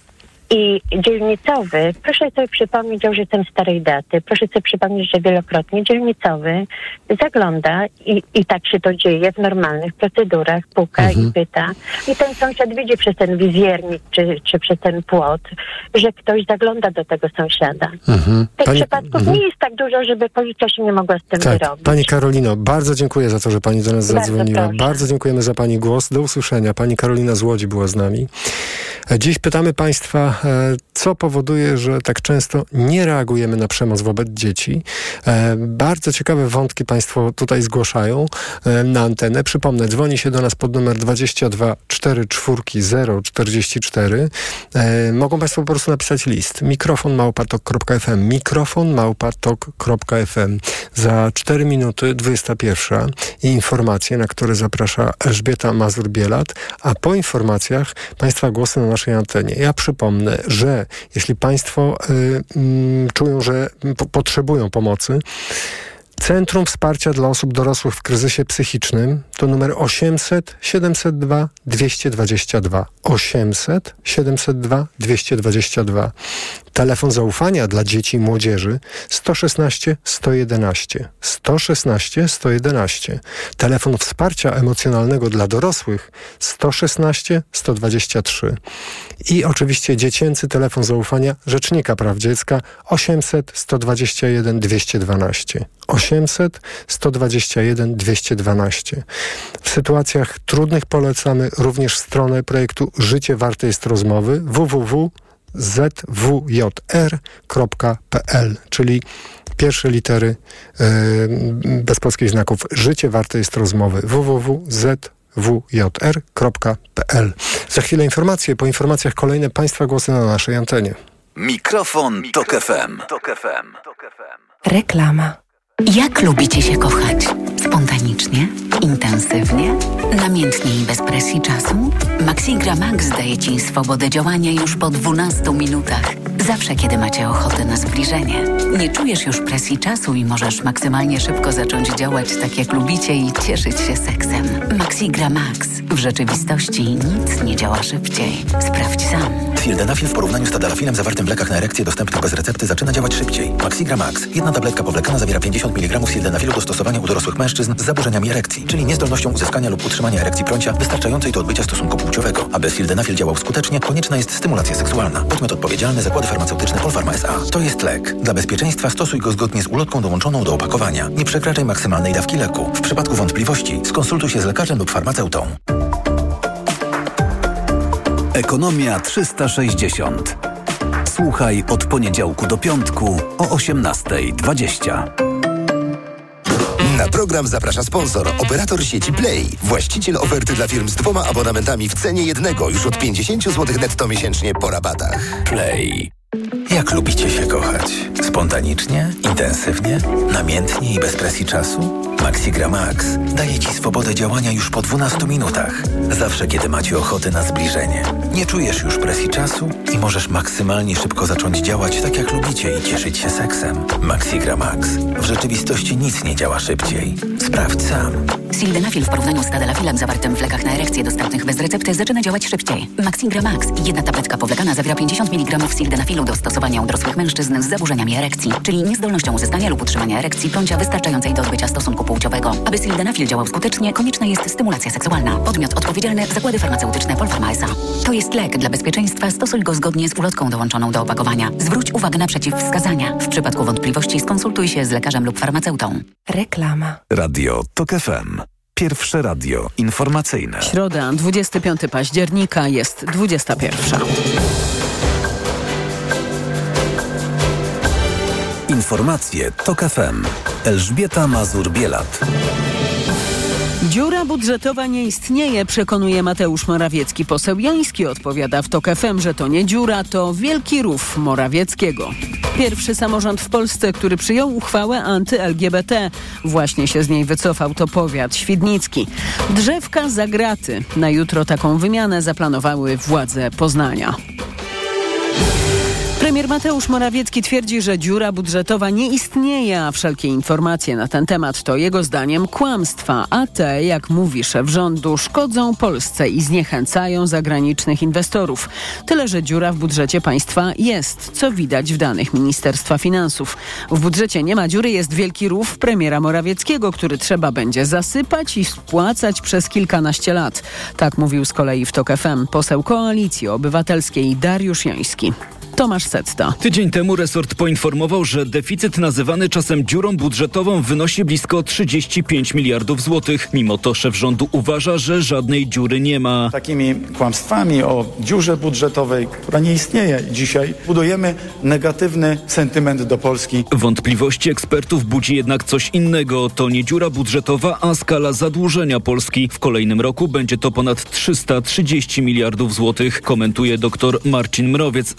I dzielnicowy, proszę sobie przypomnieć, ja już jestem starej daty, proszę sobie przypomnieć, że wielokrotnie dzielnicowy zagląda i, i tak się to dzieje w normalnych procedurach, puka mhm. i pyta. I ten sąsiad widzi przez ten wizjernik czy, czy przez ten płot, że ktoś zagląda do tego sąsiada. Mhm. Tych Pani... przypadków mhm. nie jest tak dużo, żeby policja się nie mogła z tym tak. wyrobić. Pani Karolino, bardzo dziękuję za to, że pani do nas Bardzo zadzwoniła. proszę. Bardzo dziękujemy za pani głos. Do usłyszenia. Pani Karolina z Łodzi była z nami. Dziś pytamy państwa, co powoduje, że tak często nie reagujemy na przemoc wobec dzieci. Bardzo ciekawe wątki państwo tutaj zgłaszają na antenę. Przypomnę, dzwoni się do nas pod numer dwadzieścia dwa czterdzieści cztery zero czterdzieści cztery. Mogą państwo po prostu napisać list. mikrofon małpa tok kropka f m. Mikrofon małpa tok kropka f m. Za cztery minuty dwudziesta pierwsza i informacje, na które zaprasza Elżbieta Mazur-Bielat, a po informacjach Państwa głosy na naszej antenie. Ja przypomnę, że jeśli Państwo y, y, czują, że po, potrzebują pomocy, Centrum Wsparcia dla Osób Dorosłych w Kryzysie Psychicznym to numer osiemset siedemset dwa dwieście dwadzieścia dwa. osiemset siedemset dwa dwieście dwadzieścia dwa. Telefon zaufania dla dzieci i młodzieży sto szesnaście sto jedenaście. sto szesnaście sto jedenaście. Telefon wsparcia emocjonalnego dla dorosłych sto szesnaście sto dwadzieścia trzy. I oczywiście dziecięcy telefon zaufania Rzecznika Praw Dziecka osiemset sto dwadzieścia jeden dwieście dwanaście. osiemset sto dwadzieścia jeden dwieście dwanaście. W sytuacjach trudnych polecamy również stronę projektu Życie Warte jest Rozmowy w w w kropka z w j r kropka p l, czyli pierwsze litery yy, bez polskich znaków. Życie Warte jest Rozmowy w w w kropka z w j r kropka p l. Za chwilę informacje, po informacjach kolejne Państwa głosy na naszej antenie. Mikrofon Tok F M. Reklama. Jak lubicie się kochać? Spontanicznie? Intensywnie? Namiętnie i bez presji czasu? Maxigra Max daje Ci swobodę działania już po dwunastu minutach. Zawsze, kiedy macie ochotę na zbliżenie. Nie czujesz już presji czasu i możesz maksymalnie szybko zacząć działać tak, jak lubicie i cieszyć się seksem. Maxigra Max. W rzeczywistości nic nie działa szybciej. Sprawdź sam. Sildenafil w porównaniu z tadalafilem zawartym w lekach na erekcję dostępnych bez recepty zaczyna działać szybciej. Maxigra Max. Jedna tabletka powlekana zawiera pięćdziesiąt miligramów sildenafilu do stosowania u dorosłych mężczyzn z zaburzeniami erekcji, czyli niezdolnością uzyskania lub utrzymania erekcji prącia wystarczającej do odbycia stosunku płciowego. Aby sildenafil działał skutecznie, konieczna jest stymulacja seksualna. Podmiot odpowiedzialny Zakłady Farmaceutyczne Polpharma S A. To jest lek. Dla bezpieczeństwa stosuj go zgodnie z ulotką dołączoną do opakowania. Nie przekraczaj maksymalnej dawki leku. W przypadku wątpliwości skonsultuj się z lekarzem lub farmaceutą. Ekonomia trzysta sześćdziesiąt. Słuchaj od poniedziałku do piątku o osiemnasta dwadzieścia. Na program zaprasza sponsor, operator sieci Play. Właściciel oferty dla firm z dwoma abonamentami w cenie jednego już od pięćdziesiąt złotych netto miesięcznie po rabatach. Play. Jak lubicie się kochać? Spontanicznie? Intensywnie? Namiętnie i bez presji czasu? Maxigra Max daje Ci swobodę działania już po dwunastu minutach. Zawsze, kiedy macie ochotę na zbliżenie. Nie czujesz już presji czasu i możesz maksymalnie szybko zacząć działać tak, jak lubicie i cieszyć się seksem. Maxigra Max. W rzeczywistości nic nie działa szybciej. Sprawdź sam. Sildenafil w porównaniu z tadalafilem zawartym w lekach na erekcję dostępnych bez recepty zaczyna działać szybciej. Maxigra Max. Jedna tabletka powlekana zawiera pięćdziesiąt miligramów sildenafilu do stosowania u dorosłych mężczyzn z zaburzeniami erekcji, czyli niezdolnością uzyskania lub utrzymania erekcji prącia wystarczającej do odbycia stosunku płciowego. Aby sildenafil działał skutecznie, konieczna jest stymulacja seksualna. Podmiot odpowiedzialny Zakłady Farmaceutyczne Polpharma S A. To jest lek. Dla bezpieczeństwa stosuj go zgodnie z ulotką dołączoną do opakowania. Zwróć uwagę na przeciwwskazania. W przypadku wątpliwości skonsultuj się z lekarzem lub farmaceutą. Reklama. Radio Tok F M. Pierwsze radio informacyjne. Środa, dwudziestego piątego października, jest dwudziesta pierwsza. Informacje Tok F M. Elżbieta Mazur-Bielat. Dziura budżetowa nie istnieje, przekonuje Mateusz Morawiecki. Poseł Joński odpowiada w Tok F M, że to nie dziura, to wielki rów Morawieckiego. Pierwszy samorząd w Polsce, który przyjął uchwałę anty-L G B T. Właśnie się z niej wycofał, to powiat świdnicki. Drzewka za graty. Na jutro taką wymianę zaplanowały władze Poznania. Premier Mateusz Morawiecki twierdzi, że dziura budżetowa nie istnieje, a wszelkie informacje na ten temat to jego zdaniem kłamstwa, a te, jak mówi szef rządu, szkodzą Polsce i zniechęcają zagranicznych inwestorów. Tyle, że dziura w budżecie państwa jest, co widać w danych Ministerstwa Finansów. W budżecie nie ma dziury, jest wielki rów premiera Morawieckiego, który trzeba będzie zasypać i spłacać przez kilkanaście lat. Tak mówił z kolei w Tok F M poseł Koalicji Obywatelskiej Dariusz Joński. Tomasz Secta. Tydzień temu resort poinformował, że deficyt nazywany czasem dziurą budżetową wynosi blisko trzydzieści pięć miliardów złotych. Mimo to szef rządu uważa, że żadnej dziury nie ma. Takimi kłamstwami o dziurze budżetowej, która nie istnieje dzisiaj, budujemy negatywny sentyment do Polski. Wątpliwości ekspertów budzi jednak coś innego. To nie dziura budżetowa, a skala zadłużenia Polski. W kolejnym roku będzie to ponad trzysta trzydzieści miliardów złotych, komentuje dr Marcin Mrowiec z Grand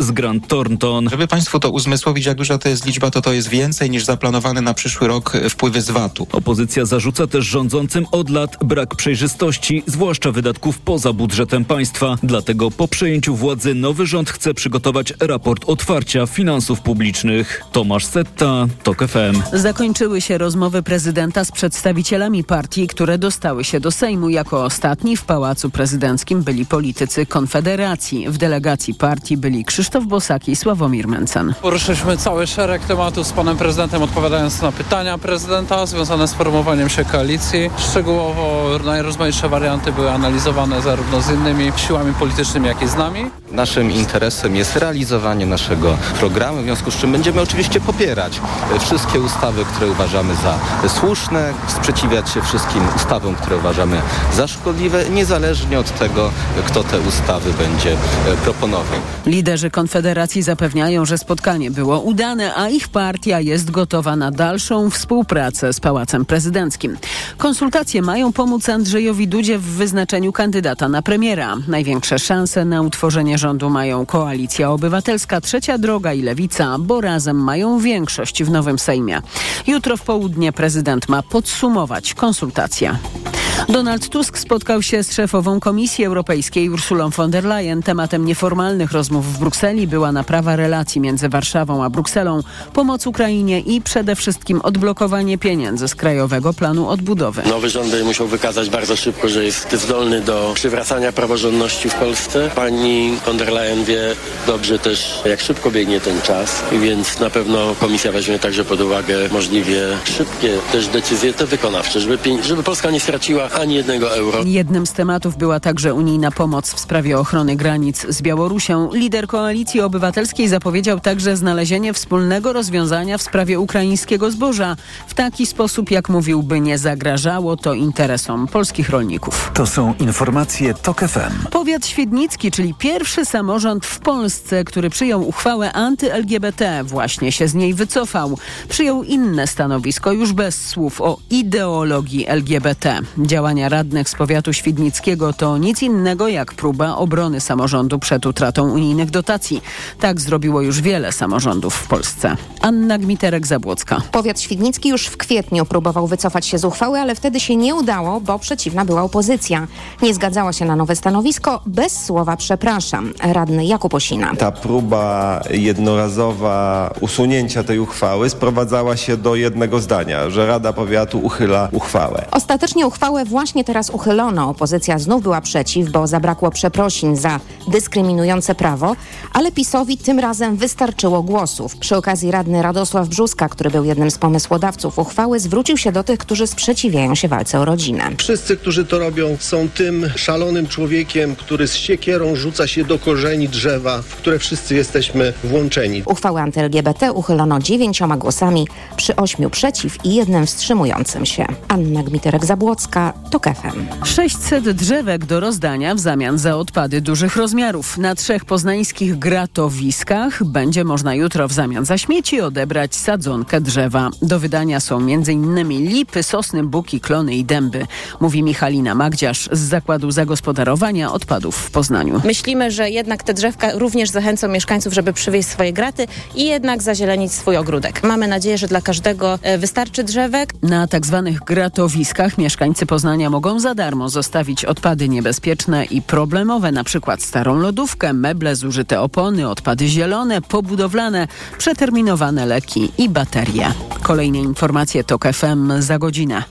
Thornton. Żeby Państwu to uzmysłowić, jak duża to jest liczba, to to jest więcej niż zaplanowane na przyszły rok wpływy z vatu. Opozycja zarzuca też rządzącym od lat brak przejrzystości, zwłaszcza wydatków poza budżetem państwa. Dlatego po przejęciu władzy nowy rząd chce przygotować raport otwarcia finansów publicznych. Tomasz Setta, TOK F M. Zakończyły się rozmowy prezydenta z przedstawicielami partii, które dostały się do Sejmu. Jako ostatni w Pałacu Prezydenckim byli politycy Konfederacji. W delegacji partii byli Krzysztof Bosak i Sławomir Mencen. Poruszyliśmy cały szereg tematów z panem prezydentem, odpowiadając na pytania prezydenta związane z formowaniem się koalicji. Szczegółowo najrozmaitsze warianty były analizowane zarówno z innymi siłami politycznymi, jak i z nami. Naszym interesem jest realizowanie naszego programu, w związku z czym będziemy oczywiście popierać wszystkie ustawy, które uważamy za słuszne, sprzeciwiać się wszystkim ustawom, które uważamy za szkodliwe, niezależnie od tego, kto te ustawy będzie proponował. Liderzy Konfederacji zapewniają, że spotkanie było udane, a ich partia jest gotowa na dalszą współpracę z Pałacem Prezydenckim. Konsultacje mają pomóc Andrzejowi Dudzie w wyznaczeniu kandydata na premiera. Największe szanse na utworzenie rządu mają Koalicja Obywatelska, Trzecia Droga i Lewica, bo razem mają większość w nowym Sejmie. Jutro w południe prezydent ma podsumować konsultacje. Donald Tusk spotkał się z szefową Komisji Europejskiej Ursulą von der Leyen. Tematem nieformalnych rozmów w Brukseli była naprawa relacji między Warszawą a Brukselą, pomoc Ukrainie i przede wszystkim odblokowanie pieniędzy z Krajowego Planu Odbudowy. Nowy rząd będzie musiał wykazać bardzo szybko, że jest zdolny do przywracania praworządności w Polsce. Pani von der Leyen wie dobrze też, jak szybko biegnie ten czas, więc na pewno Komisja weźmie także pod uwagę możliwie szybkie też decyzje te wykonawcze, żeby, żeby Polska nie straciła ani jednego euro. Jednym z tematów była także unijna pomoc w sprawie ochrony granic z Białorusią. Lider Koalicji Obywatelskiej zapowiedział także znalezienie wspólnego rozwiązania w sprawie ukraińskiego zboża. W taki sposób, jak mówił, by nie zagrażało to interesom polskich rolników. To są informacje TOK F M. Powiat świdnicki, czyli pierwszy samorząd w Polsce, który przyjął uchwałę anty-L G B T, właśnie się z niej wycofał. Przyjął inne stanowisko, już bez słów o ideologii L G B T. Działania radnych z powiatu świdnickiego to nic innego jak próba obrony samorządu przed utratą unijnych dotacji. Tak zrobiło już wiele samorządów w Polsce. Anna Gmiterek-Zabłocka. Powiat świdnicki już w kwietniu próbował wycofać się z uchwały, ale wtedy się nie udało, bo przeciwna była opozycja. Nie zgadzała się na nowe stanowisko, bez słowa przepraszam. Radny Jakub Osina. Ta próba jednorazowa usunięcia tej uchwały sprowadzała się do jednego zdania, że Rada Powiatu uchyla uchwałę. Ostatecznie uchwałę właśnie teraz uchylono. Opozycja znów była przeciw, bo zabrakło przeprosin za dyskryminujące prawo, ale PiS-owi tym razem wystarczyło głosów. Przy okazji radny Radosław Brzuska, który był jednym z pomysłodawców uchwały, zwrócił się do tych, którzy sprzeciwiają się walce o rodzinę. Wszyscy, którzy to robią, są tym szalonym człowiekiem, który z siekierą rzuca się do korzeni drzewa, w które wszyscy jesteśmy włączeni. Uchwałę anty-L G B T uchylono dziewięcioma głosami przy ośmiu przeciw i jednym wstrzymującym się. Anna Gmiterek-Zabłocka, TOK F M. sześćset drzewek do rozdania w zamian za odpady dużych rozmiarów. Na trzech poznańskich gratowiskach będzie można jutro w zamian za śmieci odebrać sadzonkę drzewa. Do wydania są m.in. lipy, sosny, buki, klony i dęby, mówi Michalina Magdziarz z Zakładu Zagospodarowania Odpadów w Poznaniu. Myślimy, że jednak te drzewka również zachęcą mieszkańców, żeby przywieźć swoje graty i jednak zazielenić swój ogródek. Mamy nadzieję, że dla każdego wystarczy drzewek. Na tak zwanych gratowiskach mieszkańcy Poznania mogą za darmo zostawić odpady niebezpieczne i problemowe, na przykład starą lodówkę, meble, zużyte opony, odpady zielone, pobudowlane, przeterminowane leki i baterie. Kolejne informacje TOK F M za godzinę.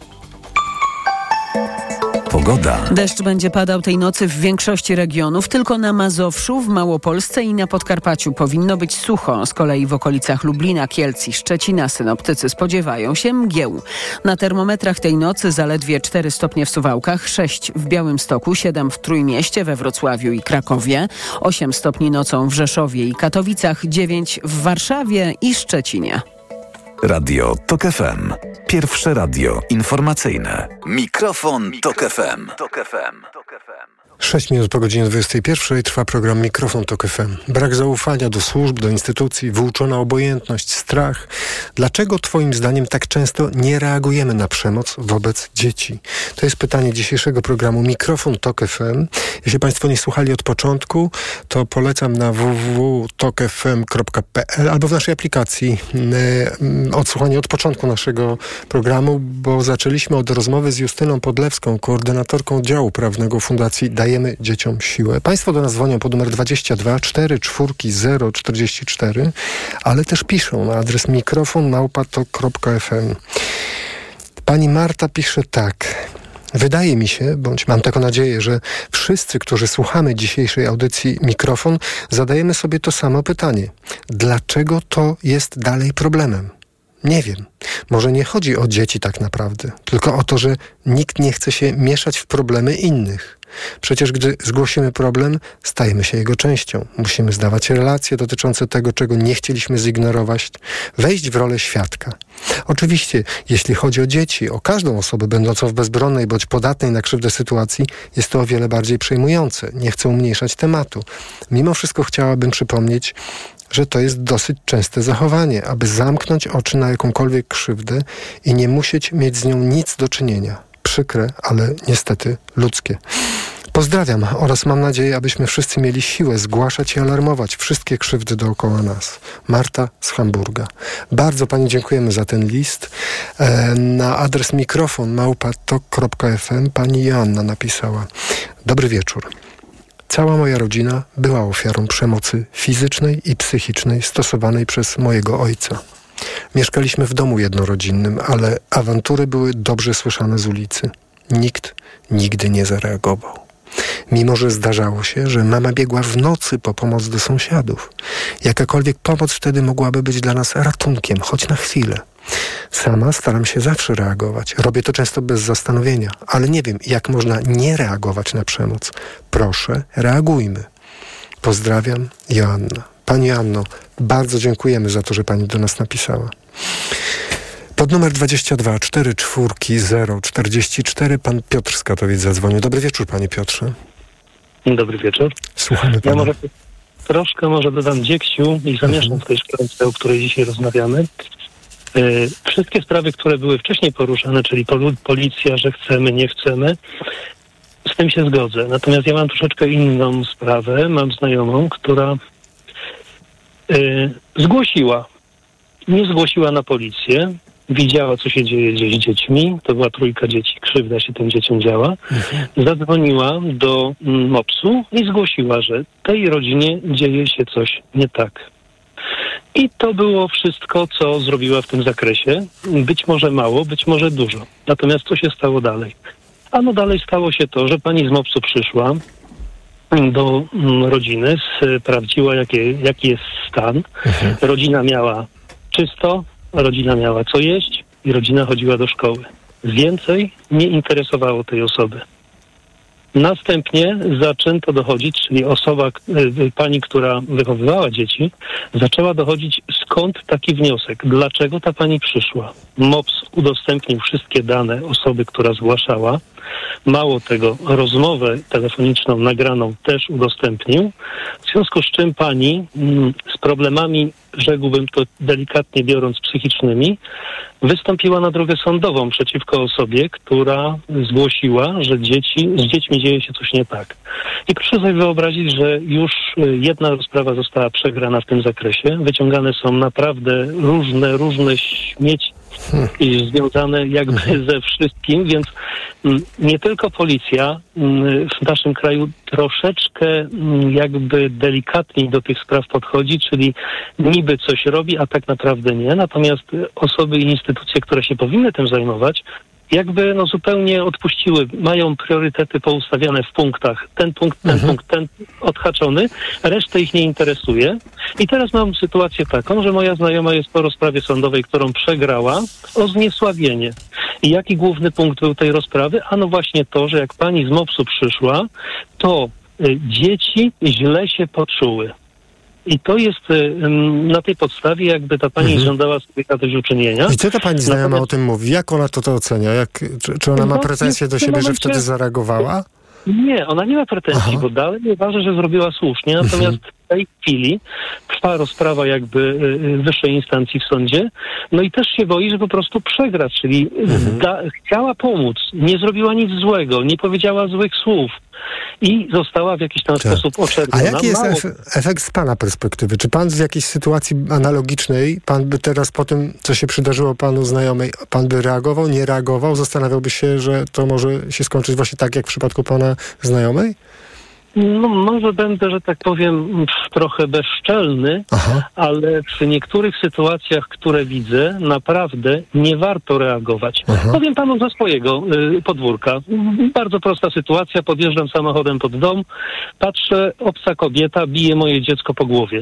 Pogoda. Deszcz będzie padał tej nocy w większości regionów, tylko na Mazowszu, w Małopolsce i na Podkarpaciu powinno być sucho. Z kolei w okolicach Lublina, Kielc i Szczecina synoptycy spodziewają się mgieł. Na termometrach tej nocy zaledwie cztery stopnie w Suwałkach, sześć w Białymstoku, siedem w Trójmieście, we Wrocławiu i Krakowie, osiem stopni nocą w Rzeszowie i Katowicach, dziewięć w Warszawie i Szczecinie. Radio TOK F M. Pierwsze radio informacyjne. Mikrofon TOK F M. Sześć minut po godzinie dwudziestej pierwszej trwa program Mikrofon TOK F M. Brak zaufania do służb, do instytucji, wyuczona obojętność, strach. Dlaczego twoim zdaniem tak często nie reagujemy na przemoc wobec dzieci? To jest pytanie dzisiejszego programu Mikrofon Tok F M. Jeśli państwo nie słuchali od początku, to polecam na w w w kropka tok f m kropka p l albo w naszej aplikacji yy, odsłuchanie od początku naszego programu, bo zaczęliśmy od rozmowy z Justyną Podlewską, koordynatorką działu prawnego Fundacji Dajemy Dzieciom Siłę. Państwo do nas dzwonią pod numer dwadzieścia dwa cztery cztery zero czterdzieści cztery, ale też piszą na adres mikrofon małpa tok kropka f m. Pani Marta pisze tak. Wydaje mi się, bądź mam taką nadzieję, że wszyscy, którzy słuchamy dzisiejszej audycji Mikrofon, zadajemy sobie to samo pytanie. Dlaczego to jest dalej problemem? Nie wiem. Może nie chodzi o dzieci tak naprawdę, tylko o to, że nikt nie chce się mieszać w problemy innych. Przecież gdy zgłosimy problem, stajemy się jego częścią. Musimy zdawać relacje dotyczące tego, czego nie chcieliśmy zignorować, wejść w rolę świadka. Oczywiście, jeśli chodzi o dzieci, o każdą osobę będącą w bezbronnej bądź podatnej na krzywdę sytuacji, jest to o wiele bardziej przejmujące. Nie chcę umniejszać tematu. Mimo wszystko chciałabym przypomnieć, że to jest dosyć częste zachowanie, aby zamknąć oczy na jakąkolwiek krzywdę i nie musieć mieć z nią nic do czynienia. Przykre, ale niestety ludzkie. Pozdrawiam oraz mam nadzieję, abyśmy wszyscy mieli siłę zgłaszać i alarmować wszystkie krzywdy dookoła nas. Marta z Hamburga. Bardzo pani dziękujemy za ten list. E, na adres mikrofon małpa tok kropka f m pani Joanna napisała: Dobry wieczór. Cała moja rodzina była ofiarą przemocy fizycznej i psychicznej stosowanej przez mojego ojca. Mieszkaliśmy w domu jednorodzinnym, ale awantury były dobrze słyszane z ulicy. Nikt nigdy nie zareagował. Mimo że zdarzało się, że mama biegła w nocy po pomoc do sąsiadów. Jakakolwiek pomoc wtedy mogłaby być dla nas ratunkiem, choć na chwilę. Sama staram się zawsze reagować. Robię to często bez zastanowienia, ale nie wiem, jak można nie reagować na przemoc. Proszę, reagujmy. Pozdrawiam, Joanna. Pani Anno, bardzo dziękujemy za to, że pani do nas napisała. Pod numer dwadzieścia dwa cztery cztery zero czterdzieści cztery pan Piotr z Katowic zadzwonił. Dobry wieczór, panie Piotrze. Dobry wieczór. Słuchamy pana. Ja może troszkę może dodam dziegciu i zamieszam mhm. w tej szklance, o której dzisiaj rozmawiamy. Yy, wszystkie sprawy, które były wcześniej poruszane, czyli pol- policja, że chcemy, nie chcemy, z tym się zgodzę. Natomiast ja mam troszeczkę inną sprawę. Mam znajomą, która yy, zgłosiła. Nie zgłosiła na policję. Widziała, co się dzieje gdzieś z dziećmi. To była trójka dzieci. Krzywda się tym dzieciom działa. Mhm. Zadzwoniła do mopsu i zgłosiła, że tej rodzinie dzieje się coś nie tak. I to było wszystko, co zrobiła w tym zakresie. Być może mało, być może dużo. Natomiast co się stało dalej? Ano dalej stało się to, że pani z mopsu przyszła do rodziny, sprawdziła, jakie, jaki jest stan. Mhm. Rodzina miała czysto, rodzina miała co jeść i rodzina chodziła do szkoły. Więcej nie interesowało tej osoby. Następnie zaczęto dochodzić, czyli osoba, pani, która wychowywała dzieci, zaczęła dochodzić, skąd taki wniosek, dlaczego ta pani przyszła. mops udostępnił wszystkie dane osoby, która zgłaszała. Mało tego, rozmowę telefoniczną nagraną też udostępnił. W związku z czym pani mm, z problemami, rzekłbym to delikatnie biorąc, psychicznymi, wystąpiła na drogę sądową przeciwko osobie, która zgłosiła, że dzieci, z dziećmi dzieje się coś nie tak. I proszę sobie wyobrazić, że już jedna rozprawa została przegrana w tym zakresie. Wyciągane są naprawdę różne, różne śmieci Hmm. i związane jakby hmm. ze wszystkim, więc m, nie tylko policja m, w naszym kraju troszeczkę m, jakby delikatniej do tych spraw podchodzi, czyli niby coś robi, a tak naprawdę nie. Natomiast osoby i instytucje, które się powinny tym zajmować, jakby no zupełnie odpuściły, mają priorytety poustawiane w punktach. Ten punkt, ten mhm. punkt, ten odhaczony, resztę ich nie interesuje. I teraz mam sytuację taką, że moja znajoma jest po rozprawie sądowej, którą przegrała, o zniesławienie. I jaki główny punkt był tej rozprawy? Ano właśnie to, że jak pani z mopsu przyszła, to y, dzieci źle się poczuły. I to jest y, na tej podstawie, jakby ta pani mhm. żądała sobie zadośćuczynienia. I co ta pani znajoma Natomiast... o tym mówi? Jak ona to, to ocenia? Jak, czy, czy ona ma pretensje do siebie, momencie... że wtedy zareagowała? Nie, ona nie ma pretensji, Aha. bo dalej uważa, że zrobiła słusznie. Natomiast w tej chwili trwa rozprawa jakby wyższej instancji w sądzie, no i też się boi, że po prostu przegra, czyli mhm. da, chciała pomóc, nie zrobiła nic złego, nie powiedziała złych słów i została w jakiś tam tak. sposób oczerniona. A jaki jest ef- efekt z pana perspektywy? Czy pan w jakiejś sytuacji analogicznej, pan by teraz po tym, co się przydarzyło panu znajomej, pan by reagował, nie reagował? Zastanawiałby się, że to może się skończyć właśnie tak, jak w przypadku pana znajomej? No może będę, że tak powiem, trochę bezczelny, Aha. ale w niektórych sytuacjach, które widzę, naprawdę nie warto reagować. Aha. Powiem panu ze swojego y, podwórka. Bardzo prosta sytuacja, podjeżdżam samochodem pod dom, patrzę, obca kobieta bije moje dziecko po głowie.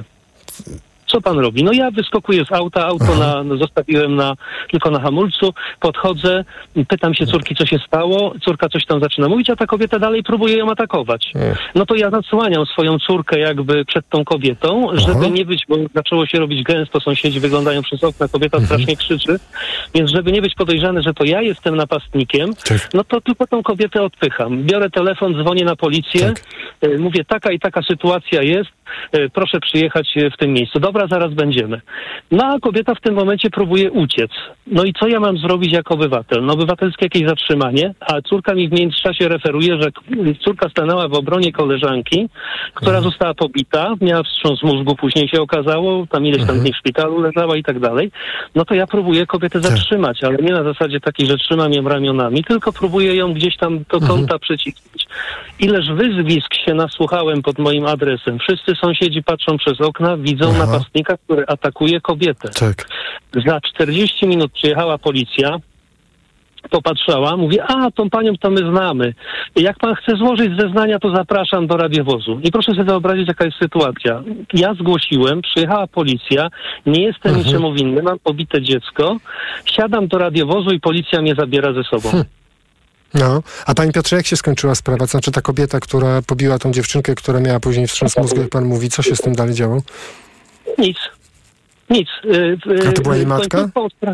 Co pan robi? No ja wyskakuję z auta, auto na, no, zostawiłem na, tylko na hamulcu, podchodzę, pytam się córki, co się stało, córka coś tam zaczyna mówić, a ta kobieta dalej próbuje ją atakować. No to ja zasłaniam swoją córkę jakby przed tą kobietą, żeby Aha. nie być, bo zaczęło się robić gęsto, sąsiedzi wyglądają przez okna, kobieta mhm. strasznie krzyczy, więc żeby nie być podejrzany, że to ja jestem napastnikiem, tak. no to tylko tą kobietę odpycham. Biorę telefon, dzwonię na policję, tak. y, mówię, taka i taka sytuacja jest, y, proszę przyjechać w tym miejscu. Dobra, zaraz będziemy. No a kobieta w tym momencie próbuje uciec. No i co ja mam zrobić jako obywatel? No obywatelskie jakieś zatrzymanie, a córka mi w międzyczasie referuje, że córka stanęła w obronie koleżanki, która mhm. została pobita, miała wstrząs mózgu, później się okazało, tam ileś tam mhm. dni w szpitalu leżała i tak dalej. No to ja próbuję kobietę zatrzymać, ale nie na zasadzie takiej, że trzymam ją ramionami, tylko próbuję ją gdzieś tam do kąta mhm. przycisnąć. Ileż wyzwisk się nasłuchałem pod moim adresem. Wszyscy sąsiedzi patrzą przez okna, widzą Aha. napastnika, który atakuje kobietę. Tak. Za czterdzieści minut przyjechała policja, popatrzała, mówi, a tą panią to my znamy. Jak pan chce złożyć zeznania, to zapraszam do radiowozu. I proszę sobie wyobrazić, jaka jest sytuacja. Ja zgłosiłem, przyjechała policja, nie jestem mhm. niczemu winny, mam pobite dziecko, siadam do radiowozu i policja mnie zabiera ze sobą. Hm. No, a panie Piotrze, jak się skończyła sprawa? Znaczy ta kobieta, która pobiła tą dziewczynkę, która miała później wstrząs mózgu, jak pan mówi, co się z tym dalej działo? Nic. Nic. A to była jej matka?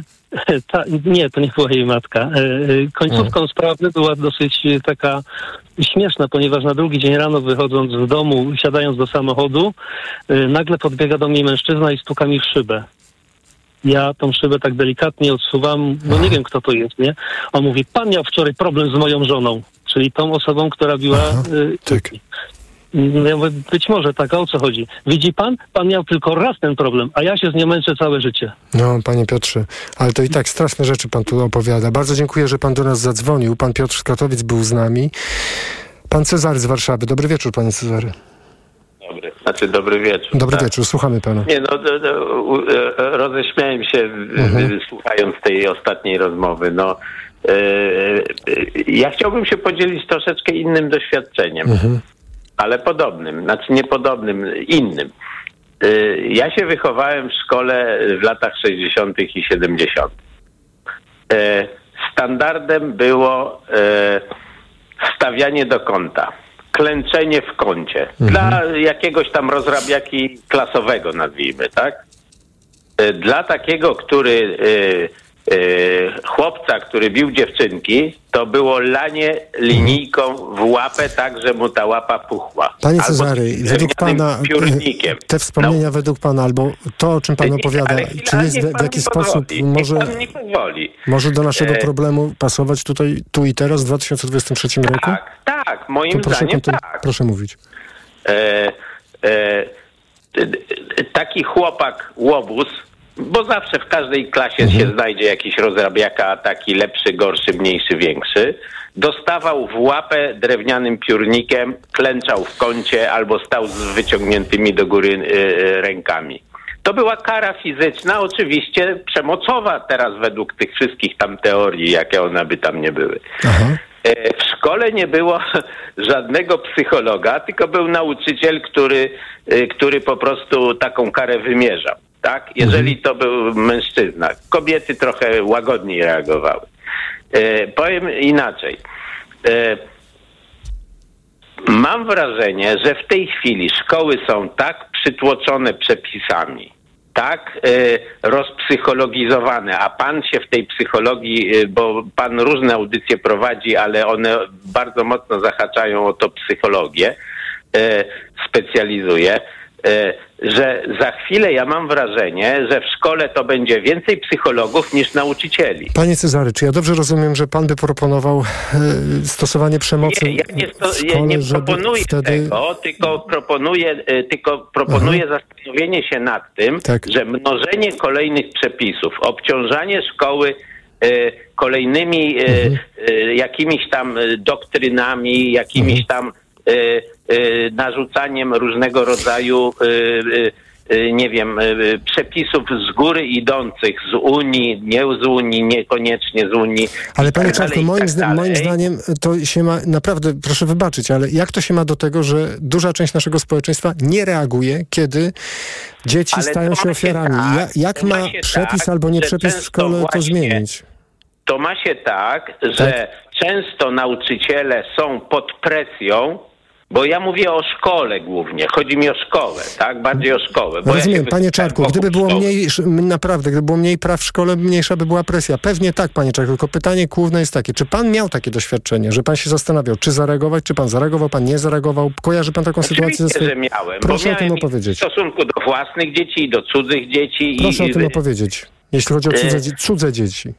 Ta, nie, to nie była jej matka. Końcówką hmm. sprawy była dosyć taka śmieszna, ponieważ na drugi dzień rano, wychodząc z domu, siadając do samochodu, nagle podbiega do mnie mężczyzna i stuka mi w szybę. Ja tą szybę tak delikatnie odsuwam, no nie wiem kto to jest, nie? On mówi, pan miał wczoraj problem z moją żoną, czyli tą osobą, która biła... Aha, y, tak. Ja mówię, być może tak, a o co chodzi? Widzi pan? Pan miał tylko raz ten problem, a ja się z nią męczę całe życie. No, panie Piotrze, ale to i tak straszne rzeczy pan tu opowiada. Bardzo dziękuję, że pan do nas zadzwonił. Pan Piotr z Katowic był z nami. Pan Cezary z Warszawy. Dobry wieczór, panie Cezary. Dobry, znaczy dobry wieczór. Dobry tak? wieczór, słuchamy pana. Nie no, do, do, roześmiałem się mhm. słuchając tej ostatniej rozmowy. No, yy, ja chciałbym się podzielić troszeczkę innym doświadczeniem. Mhm. Ale podobnym, znaczy nie podobnym, innym. Ja się wychowałem w szkole w latach sześćdziesiątych i siedemdziesiątych. Standardem było stawianie do kąta, klęczenie w kącie. Mhm. Dla jakiegoś tam rozrabiaki klasowego, nazwijmy, tak? Dla takiego, który... chłopca, który bił dziewczynki, to było lanie linijką w łapę tak, że mu ta łapa puchła. Panie Cezary, według pana piórnikiem. te wspomnienia no. według pana, albo to, o czym pan opowiada, czy jest w, w jakiś sposób może, może do naszego problemu pasować tutaj, tu i teraz, w dwa tysiące dwudziestym trzecim roku? Tak, tak, moim to proszę, zdaniem kontynu- tak. Proszę mówić. E, e, taki chłopak, łobuz, bo zawsze w każdej klasie mhm. się znajdzie jakiś rozrabiaka, taki lepszy, gorszy, mniejszy, większy. Dostawał w łapę drewnianym piórnikiem, klęczał w kącie albo stał z wyciągniętymi do góry y, rękami. To była kara fizyczna, oczywiście przemocowa teraz według tych wszystkich tam teorii, jakie one by tam nie były. Aha. W szkole nie było żadnego psychologa, tylko był nauczyciel, który, który po prostu taką karę wymierzał. Tak? Jeżeli to był mężczyzna. Kobiety trochę łagodniej reagowały. E, powiem inaczej. E, mam wrażenie, że w tej chwili szkoły są tak przytłoczone przepisami, tak e, rozpsychologizowane, a pan się w tej psychologii, e, bo pan różne audycje prowadzi, ale one bardzo mocno zahaczają o to psychologię, e, specjalizuje. że za chwilę ja mam wrażenie, że w szkole to będzie więcej psychologów niż nauczycieli. Panie Cezary, czy ja dobrze rozumiem, że pan by proponował y, stosowanie przemocy nie, ja nie, sto, w szkole, ja nie proponuję wtedy... tego, tylko proponuję, tylko proponuję zastanowienie się nad tym, tak. że mnożenie kolejnych przepisów, obciążanie szkoły y, kolejnymi y, mhm. y, jakimiś tam doktrynami, jakimiś mhm. tam y, y, narzucaniem różnego rodzaju y, y, nie wiem, przepisów z góry idących, z Unii, nie z Unii, niekoniecznie z Unii. Ale panie Czarku, moim, zda- moim zdaniem to się ma, naprawdę, proszę wybaczyć, ale jak to się ma do tego, że duża część naszego społeczeństwa nie reaguje, kiedy dzieci ale stają się ofiarami? Tak, ja, jak ma, ma przepis tak, albo nie przepis w szkole właśnie, to zmienić? To ma się tak, że tak? często nauczyciele są pod presją, bo ja mówię o szkole głównie. Chodzi mi o szkołę, tak? Bardziej o szkołę. Bo Rozumiem, ja panie Czarku, gdyby było szkoły. mniej, naprawdę, gdyby było mniej praw w szkole, mniejsza by była presja. Pewnie tak, panie Czarku, tylko pytanie główne jest takie, czy pan miał takie doświadczenie, że pan się zastanawiał, czy zareagować, czy pan zareagował, pan nie zareagował? Kojarzy pan taką Oczywiście, sytuację? Ze że miałem. Proszę bo o tym opowiedzieć. W stosunku do własnych dzieci i do cudzych dzieci. Proszę i, o tym opowiedzieć, jeśli chodzi o cudze, e... cudze dzieci.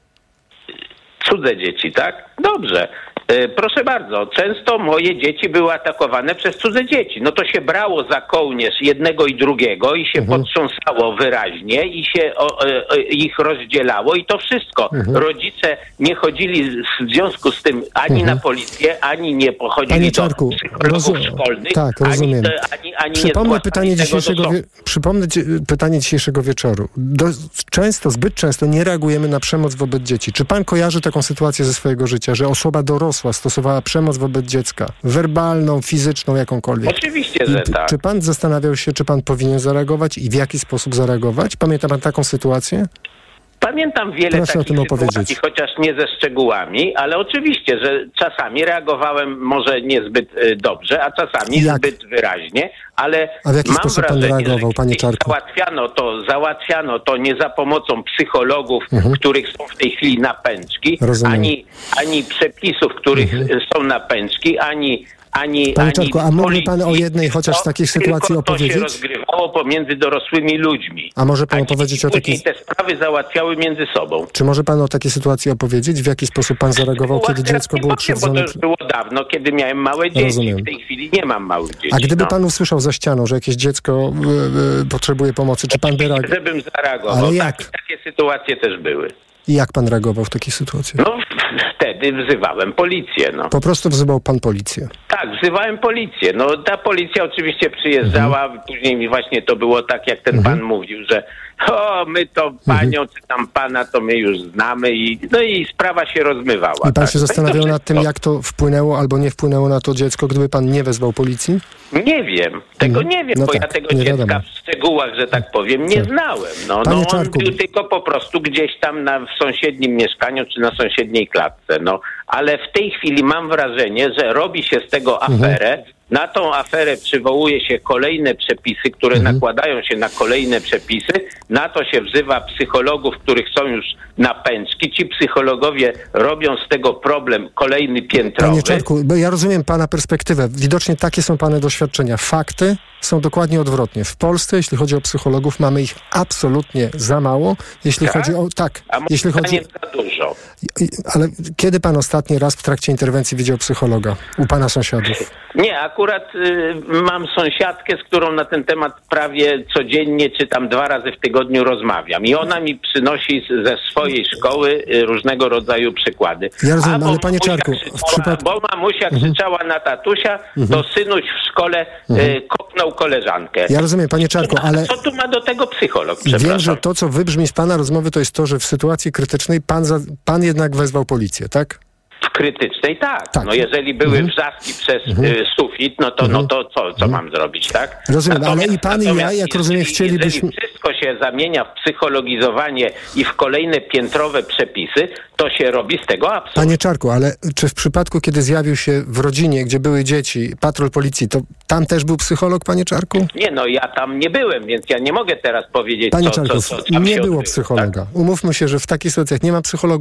Cudze dzieci, tak? Dobrze. Proszę bardzo, często moje dzieci były atakowane przez cudze dzieci. No to się brało za kołnierz jednego i drugiego i się mhm. potrząsało wyraźnie i się o, o, ich rozdzielało i to wszystko. Mhm. Rodzice nie chodzili w związku z tym ani mhm. na policję, ani nie pochodzili do psychologów rozum- szkolnych, tak, rozumiem. ani, ani, ani Przypomnę nie pytanie dzisiejszego wie- Przypomnę dzie- pytanie dzisiejszego wieczoru. Do, często, zbyt często nie reagujemy na przemoc wobec dzieci. Czy pan kojarzy taką sytuację ze swojego życia, że osoba dorosła stosowała przemoc wobec dziecka, werbalną, fizyczną, jakąkolwiek? Oczywiście, że I, tak. Czy pan zastanawiał się, czy pan powinien zareagować i w jaki sposób zareagować? Pamięta pan taką sytuację? Pamiętam wiele Proszę takich sytuacji, opowiedzieć. chociaż nie ze szczegółami, ale oczywiście, że czasami reagowałem może niezbyt y, dobrze, a czasami Jak? zbyt wyraźnie, ale a w jaki mam sposób wrażenie, pan reagował, że panie Czarku? Załatwiano to, załatwiano to nie za pomocą psychologów, mhm. których są w tej chwili napęczki, ani, ani przepisów, których mhm. są napęczki, ani Ani, Panie ani Czarku, a mógłby pan o jednej chociaż z to, takich sytuacji opowiedzieć? To się rozgrywało pomiędzy dorosłymi ludźmi. A może pan opowiedzieć o takiej... te sprawy załatwiały między sobą. Czy może pan o takiej sytuacji opowiedzieć? W jaki sposób pan zareagował, no, kiedy dziecko było krzywdzone? Bo to już było dawno, kiedy miałem małe dzieci. Rozumiem. W tej chwili nie mam małych dzieci. A gdyby no. pan usłyszał za ścianą, że jakieś dziecko y, y, potrzebuje pomocy, czy pan by reagował? Żebym zareagował. Ale jak? Tak, takie sytuacje też były. I jak pan reagował w takiej sytuacji? No wtedy wzywałem policję. No. Po prostu wzywał pan policję? Tak, wzywałem policję. No ta policja oczywiście przyjeżdżała, mhm. później mi właśnie to było tak, jak ten mhm. pan mówił, że o, my to panią mhm. czy tam pana to my już znamy i no i sprawa się rozmywała. I pan tak? się zastanawiał nad tym, jak to wpłynęło albo nie wpłynęło na to dziecko, gdyby pan nie wezwał policji? Nie wiem. Tego mhm. nie wiem, no bo tak, ja tego dziecka wiadomo. w szczegółach, że tak powiem, nie tak. znałem. No, no on Czarku. był tylko po prostu gdzieś tam na, w sąsiednim mieszkaniu czy na sąsiedniej klatce. No, ale w tej chwili mam wrażenie, że robi się z tego aferę. Mhm. Na tą aferę przywołuje się kolejne przepisy, które mhm. nakładają się na kolejne przepisy. Na to się wzywa psychologów, których są już na pęczki. Ci psychologowie robią z tego problem kolejny piętrowy. Panie Czarku, bo ja rozumiem pana perspektywę. Widocznie takie są pana doświadczenia. Fakty są dokładnie odwrotnie. W Polsce, jeśli chodzi o psychologów, mamy ich absolutnie za mało. Jeśli tak? chodzi o... Tak. A jeśli chodzi... za dużo. Ale kiedy pan ostatni raz w trakcie interwencji widział psychologa? U pana sąsiadów? Nie, akurat y, mam sąsiadkę, z którą na ten temat prawie codziennie, czy tam dwa razy w tygodniu rozmawiam. I ona mi przynosi z, ze swojej szkoły y, różnego rodzaju przykłady. Ja rozumiem, A, ale panie Czarku... Krzyczała, przypad... Bo mamusia mhm. krzyczała na tatusia, mhm. to synuś w szkole mhm. y, kopnął koleżankę. Ja rozumiem, panie Czarku, ale... Co tu ma do tego psycholog? Wiem, że to, co wybrzmi z pana rozmowy, to jest to, że w sytuacji krytycznej pan, za... pan jednak wezwał policję, tak? W krytycznej tak. tak. No jeżeli były mhm. wrzaski przez mhm. y, sufit, no to, mhm. no to co, co mam zrobić, tak? Rozumiem, natomiast, ale i pan i ja, jak rozumiem, chcielibyśmy... Jeżeli wszystko się zamienia w psychologizowanie i w kolejne piętrowe przepisy, to się robi z tego absurd. Panie Czarku, ale czy w przypadku, kiedy zjawił się w rodzinie, gdzie były dzieci, patrol policji, to tam też był psycholog, panie Czarku? Nie, no ja tam nie byłem, więc ja nie mogę teraz powiedzieć, panie co, Czarku, co, co tam nie się było odbyło, psychologa. Tak? Umówmy się, że w takich sytuacjach nie ma psychologów,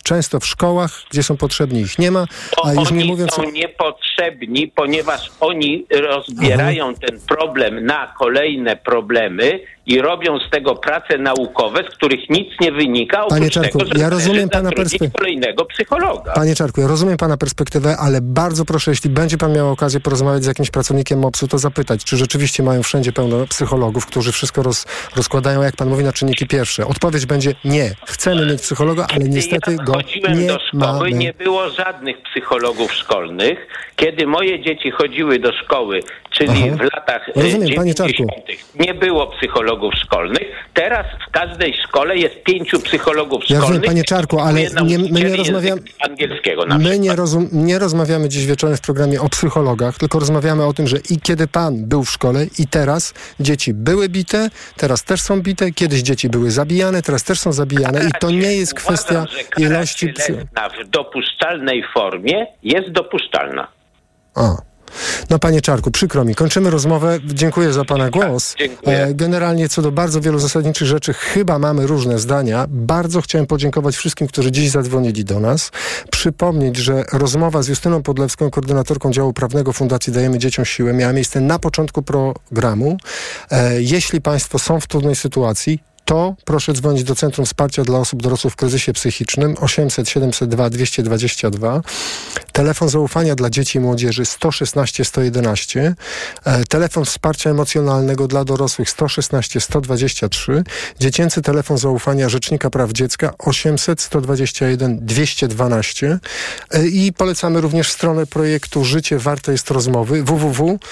często w szkołach, gdzie są potrzebni, ich nie ma, Bo a już oni nie mówiąc... są niepotrzebni, ponieważ oni rozbierają Aha. ten problem na kolejne problemy i robią z tego prace naukowe, z których nic nie wynika, oprócz Panie Czarku, tego, że ja rozumiem pana perspektywę. kolejnego psychologa. Panie Czarku, ja rozumiem pana perspektywę, ale bardzo proszę, jeśli będzie pan miał okazję porozmawiać z jakimś pracownikiem mopsu, to zapytać, czy rzeczywiście mają wszędzie pełno psychologów, którzy wszystko roz, rozkładają, jak pan mówi, na czynniki pierwsze. Odpowiedź będzie nie. Chcemy mieć psychologa, ale Kiedy niestety ja go nie do szkoły, mamy. Nie było żadnych psychologów szkolnych. Kiedy moje dzieci chodziły do szkoły, czyli Aha. w latach Rozumiem, panie dziewięćdziesiątych, nie było psychologów szkolnych. Teraz w każdej szkole jest pięciu psychologów Ja szkolnych. rozumiem, panie Czarku, ale nie, my nie rozmawiamy... angielskiego na My nie, rozum, nie rozmawiamy dziś wieczorem w programie o psychologach, tylko rozmawiamy o tym, że i kiedy pan był w szkole i teraz dzieci były bite, teraz też są bite, kiedyś dzieci były zabijane, teraz też są zabijane i to nie jest kwestia Uważam, że kara ilości... Psy... cielesna w dopuszczalnej formie jest dopuszczalna. O. No panie Czarku, przykro mi, kończymy rozmowę. Dziękuję za pana głos. Dziękuję. Generalnie co do bardzo wielu zasadniczych rzeczy chyba mamy różne zdania. Bardzo chciałem podziękować wszystkim, którzy dziś zadzwonili do nas. Przypomnieć, że rozmowa z Justyną Podlewską, koordynatorką działu prawnego Fundacji Dajemy Dzieciom Siłę, miała miejsce na początku programu. Jeśli państwo są w trudnej sytuacji, to proszę dzwonić do Centrum Wsparcia dla Osób Dorosłych w Kryzysie Psychicznym osiemset siedemset dwa dwieście dwadzieścia dwa. Telefon zaufania dla dzieci i młodzieży sto szesnaście sto jedenaście. E, telefon wsparcia emocjonalnego dla dorosłych sto szesnaście sto dwadzieścia trzy. Dziecięcy telefon zaufania Rzecznika Praw Dziecka osiemset sto dwadzieścia jeden dwieście dwanaście. E, I polecamy również stronę projektu Życie Warte jest Rozmowy w w w kropka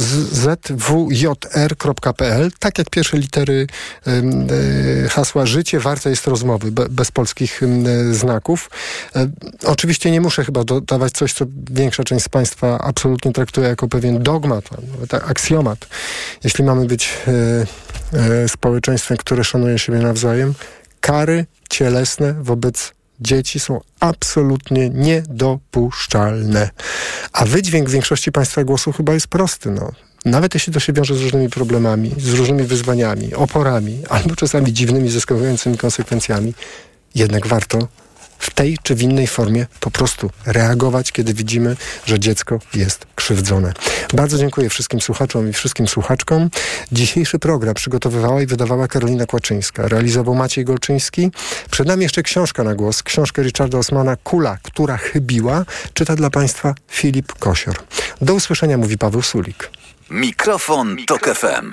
z w j r kropka p l. Tak jak pierwsze litery e, hasła Życie Warte jest Rozmowy, be, bez polskich y, znaków. E, oczywiście nie muszę chyba dodawać coś, co większa część z państwa absolutnie traktuje jako pewien dogmat, nawet aksjomat. Jeśli mamy być y, y, społeczeństwem, które szanuje siebie nawzajem, kary cielesne wobec dzieci są absolutnie niedopuszczalne. A wydźwięk większości państwa głosu chyba jest prosty, no. Nawet jeśli to się wiąże z różnymi problemami, z różnymi wyzwaniami, oporami, albo czasami dziwnymi, zaskakującymi konsekwencjami, jednak warto w tej czy w innej formie po prostu reagować, kiedy widzimy, że dziecko jest krzywdzone. Bardzo dziękuję wszystkim słuchaczom i wszystkim słuchaczkom. Dzisiejszy program przygotowywała i wydawała Karolina Kłaczyńska. Realizował Maciej Golczyński. Przed nami jeszcze książka na głos. Książkę Richarda Osmana Kula, która chybiła. Czyta dla państwa Filip Kosior. Do usłyszenia, mówi Paweł Sulik. Mikrofon Tok F M.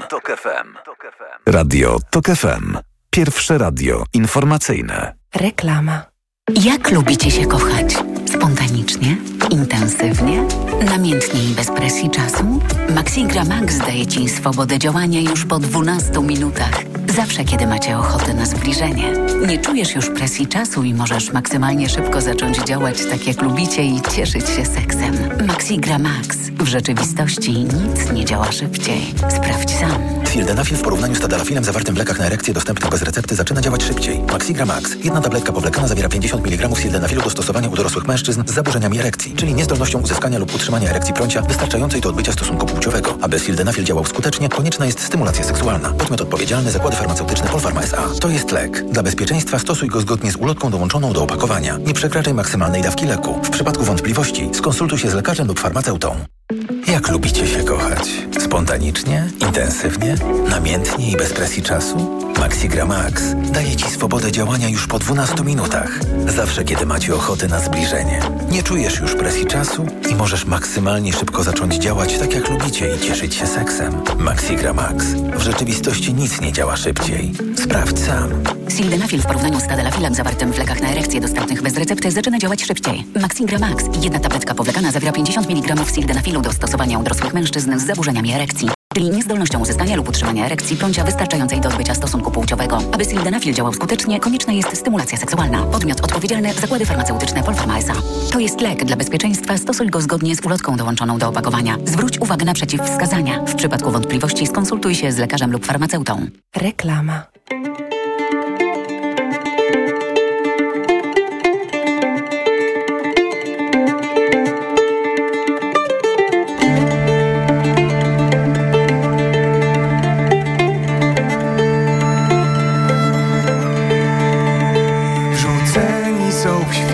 Radio Tok F M. Pierwsze radio informacyjne. Reklama. Jak lubicie się kochać? Spontanicznie? Intensywnie? Namiętnie i bez presji czasu? Maxigra Max daje Ci swobodę działania już po dwunastu minutach. Zawsze, kiedy macie ochotę na zbliżenie. Nie czujesz już presji czasu i możesz maksymalnie szybko zacząć działać tak, jak lubicie i cieszyć się seksem. Maxigra Max. W rzeczywistości nic nie działa szybciej. Sprawdź sam. Sildenafil w porównaniu z tadalafilem zawartym w lekach na erekcję dostępnych bez recepty zaczyna działać szybciej. Maxigra Max. Jedna tabletka powlekana zawiera pięćdziesiąt miligramów sildenafilu do stosowania u dorosłych mężczyzn z zaburzeniami erekcji, czyli niezdolnością uzyskania lub utrzymania erekcji prącia wystarczającej do odbycia stosunku płciowego. Aby sildenafil działał skutecznie, konieczna jest stymulacja seksualna. Podmiot odpowiedzialny Zakłady Farmaceutyczne Polpharma S A. To jest lek. Dla bezpieczeństwa stosuj go zgodnie z ulotką dołączoną do opakowania. Nie przekraczaj maksymalnej dawki leku. W przypadku wątpliwości skonsultuj się z lekarzem lub farmaceutą. Jak lubicie się kochać? Spontanicznie? Intensywnie? Namiętnie i bez presji czasu? Maxigra Max daje Ci swobodę działania już po dwunastu minutach. Zawsze, kiedy macie ochotę na zbliżenie. Nie czujesz już presji czasu i możesz maksymalnie szybko zacząć działać tak, jak lubicie i cieszyć się seksem. Maxigra Max. W rzeczywistości nic nie działa szybciej. Sprawdź sam. Sildenafil w porównaniu z tadalafilem zawartym w lekach na erekcję dostępnych bez recepty zaczyna działać szybciej. Maxigra Max. Jedna tabletka powlekana zawiera pięćdziesiąt miligramów sildenafilu do stosowania u dorosłych mężczyzn z zaburzeniami erekcji, czyli niezdolnością uzyskania lub utrzymania erekcji prącia wystarczającej do odbycia stosunku płciowego. Aby sildenafil działał skutecznie, konieczna jest stymulacja seksualna. Podmiot odpowiedzialny Zakłady Farmaceutyczne Polpharma S A. To jest lek. Dla bezpieczeństwa stosuj go zgodnie z ulotką dołączoną do opakowania. Zwróć uwagę na przeciwwskazania. W przypadku wątpliwości skonsultuj się z lekarzem lub farmaceutą. Reklama. Są w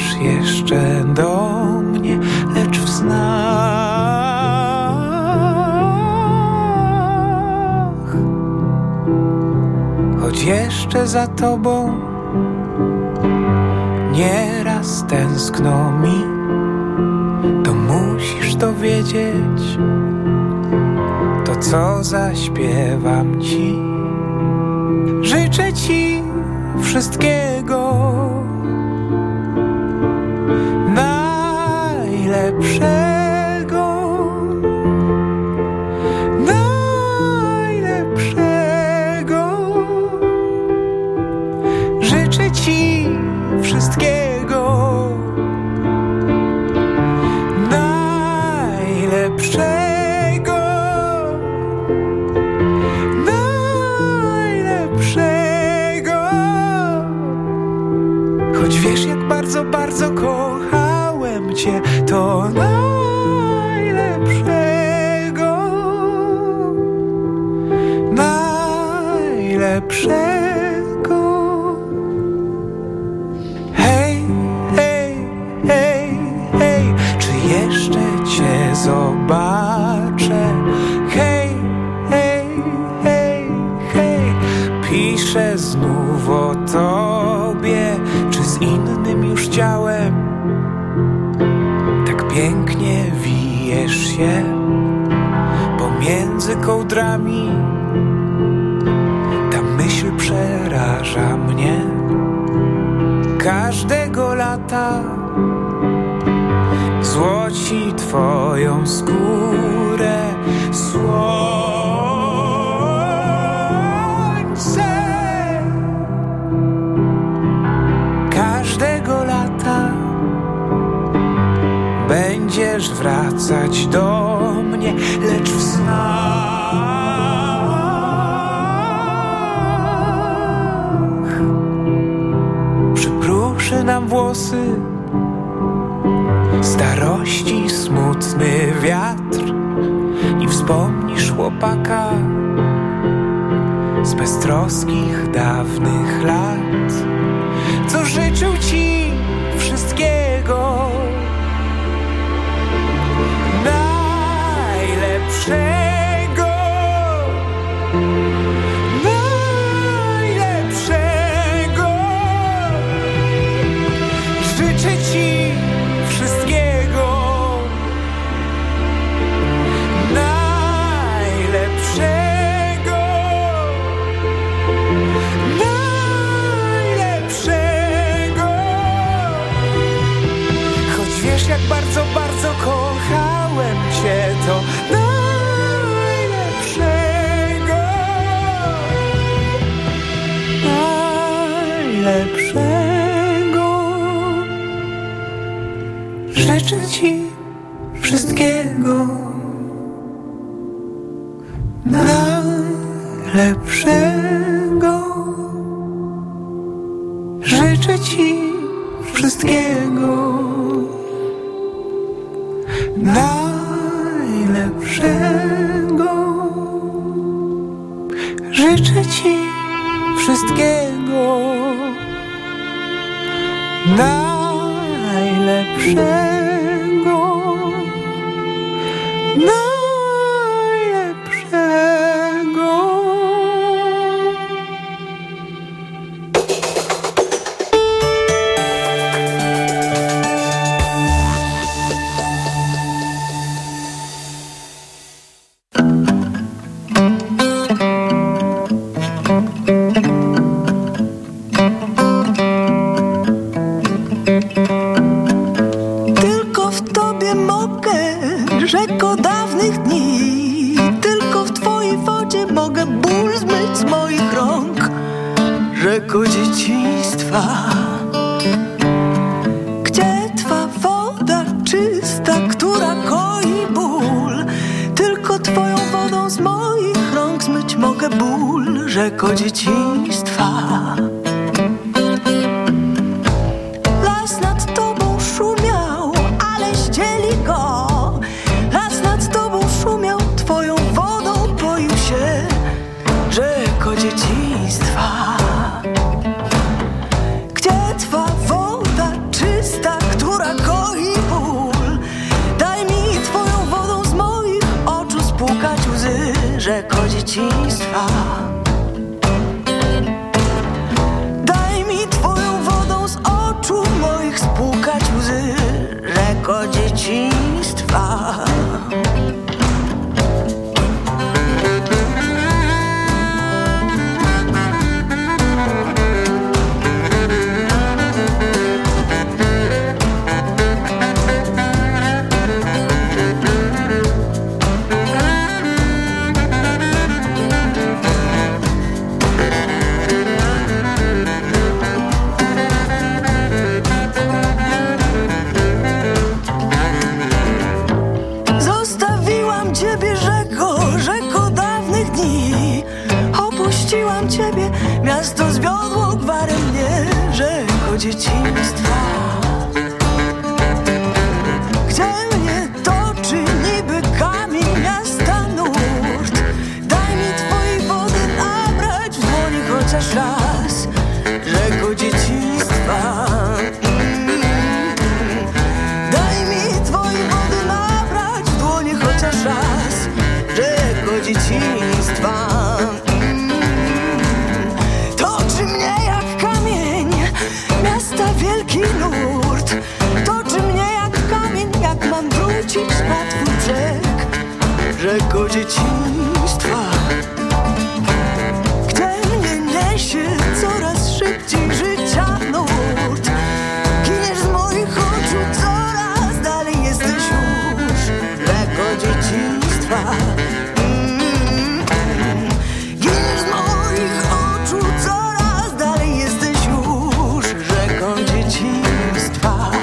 wracasz jeszcze do mnie, lecz w snach. Choć jeszcze za tobą nieraz tęskno mi, to musisz to wiedzieć, to co zaśpiewam ci. Życzę ci wszystkiego najlepszego, najlepszego. Życzę ci wszystkiego najlepszego, najlepszego. Choć wiesz, jak bardzo, bardzo kochałem cię, to najlepszego, najlepszego. Hej, hej, hej, hej, czy jeszcze cię zobaczę? Hej, hej, hej, hej, piszę znów o tobie, czy z innym już ciałem? Tak pięknie wijesz się pomiędzy kołdrami, ta myśl przeraża mnie. Każdego lata złoci twoją skórę słońce. Każdego lata będziesz wracać do mnie, lecz w snach. Przypruszy nam włosy starości smutny wiatr i wspomnisz chłopaka z beztroskich dawnych lat, co życzył ci wszystkiego najlepszego, najlepszego. Życzę ci wszystkiego najlepszego, najlepszego. Choć wiesz, jak bardzo, bardzo kochałem cię, to najlepszego, najlepszego. Życzę ci wszystkiego najlepszego. Życzę ci wszystkiego najlepszego. Życzę ci wszystkiego najlepszego, najlepszego. Rzeko dzieciństwa, gdzie twa woda czysta, która koi ból. Tylko twoją wodą z moich rąk zmyć mogę ból. Rzeko dzieciństwa. Las nad tobą szumiał, ale zdzieli go. Las nad tobą szumiał, twoją wodą poił się. Rzeko dzieciństwa. Twa woda czysta, dzieciństwa. Daj mi twoją wodą z oczu moich spłukać łzy, rzeko dzieciństwa. Ciebie, miasto zwiodło gwarem mnie, rzeko dzieciństwa. Gdzie mnie toczy niby kamień miasta nurt. Daj mi twojej wody nabrać w dłoni chociaż raz, rzeko dzieciństwa. Daj mi twojej wody nabrać w dłoni chociaż raz, rzeko dzieciństwa. Wielki nurt toczy mnie jak kamień, jak mam wrócić na twój brzeg, rzeko dzieciństwa. Gdzie mnie niesie coraz szybciej życia nurt. Giniesz z moich oczu, coraz dalej jesteś już, rzeko dzieciństwa. Mm-hmm. Giniesz z moich oczu, coraz dalej jesteś już, rzeką dzieciństwa.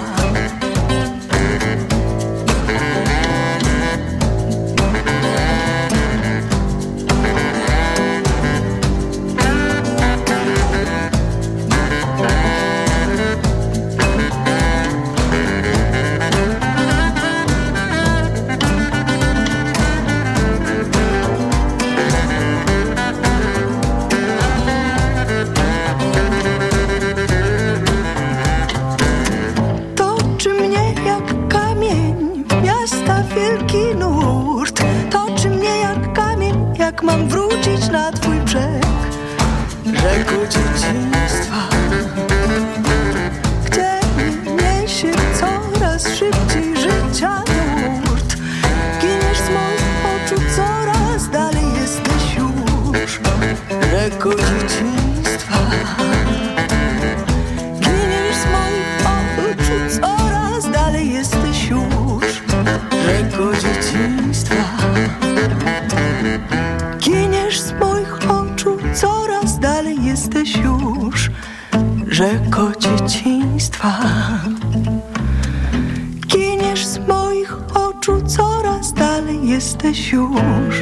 Wielki nurt toczy mnie jak kamień, jak mam wrócić na twój brzeg, rzeko dzieciństwa. Gdzie niesie coraz szybciej życia nurt. Giniesz z moich oczu, coraz dalej jesteś już, rzeko dzieciństwa. Giniesz z moich oczu, coraz dalej jesteś już, rzeko dzieciństwa. Giniesz z moich oczu, coraz dalej jesteś już, rzeko dzieciństwa. Giniesz z moich oczu, coraz dalej jesteś już.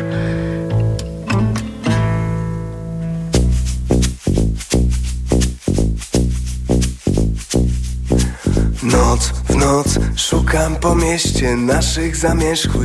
Noc w noc szukam po mieście naszych zamierzchłych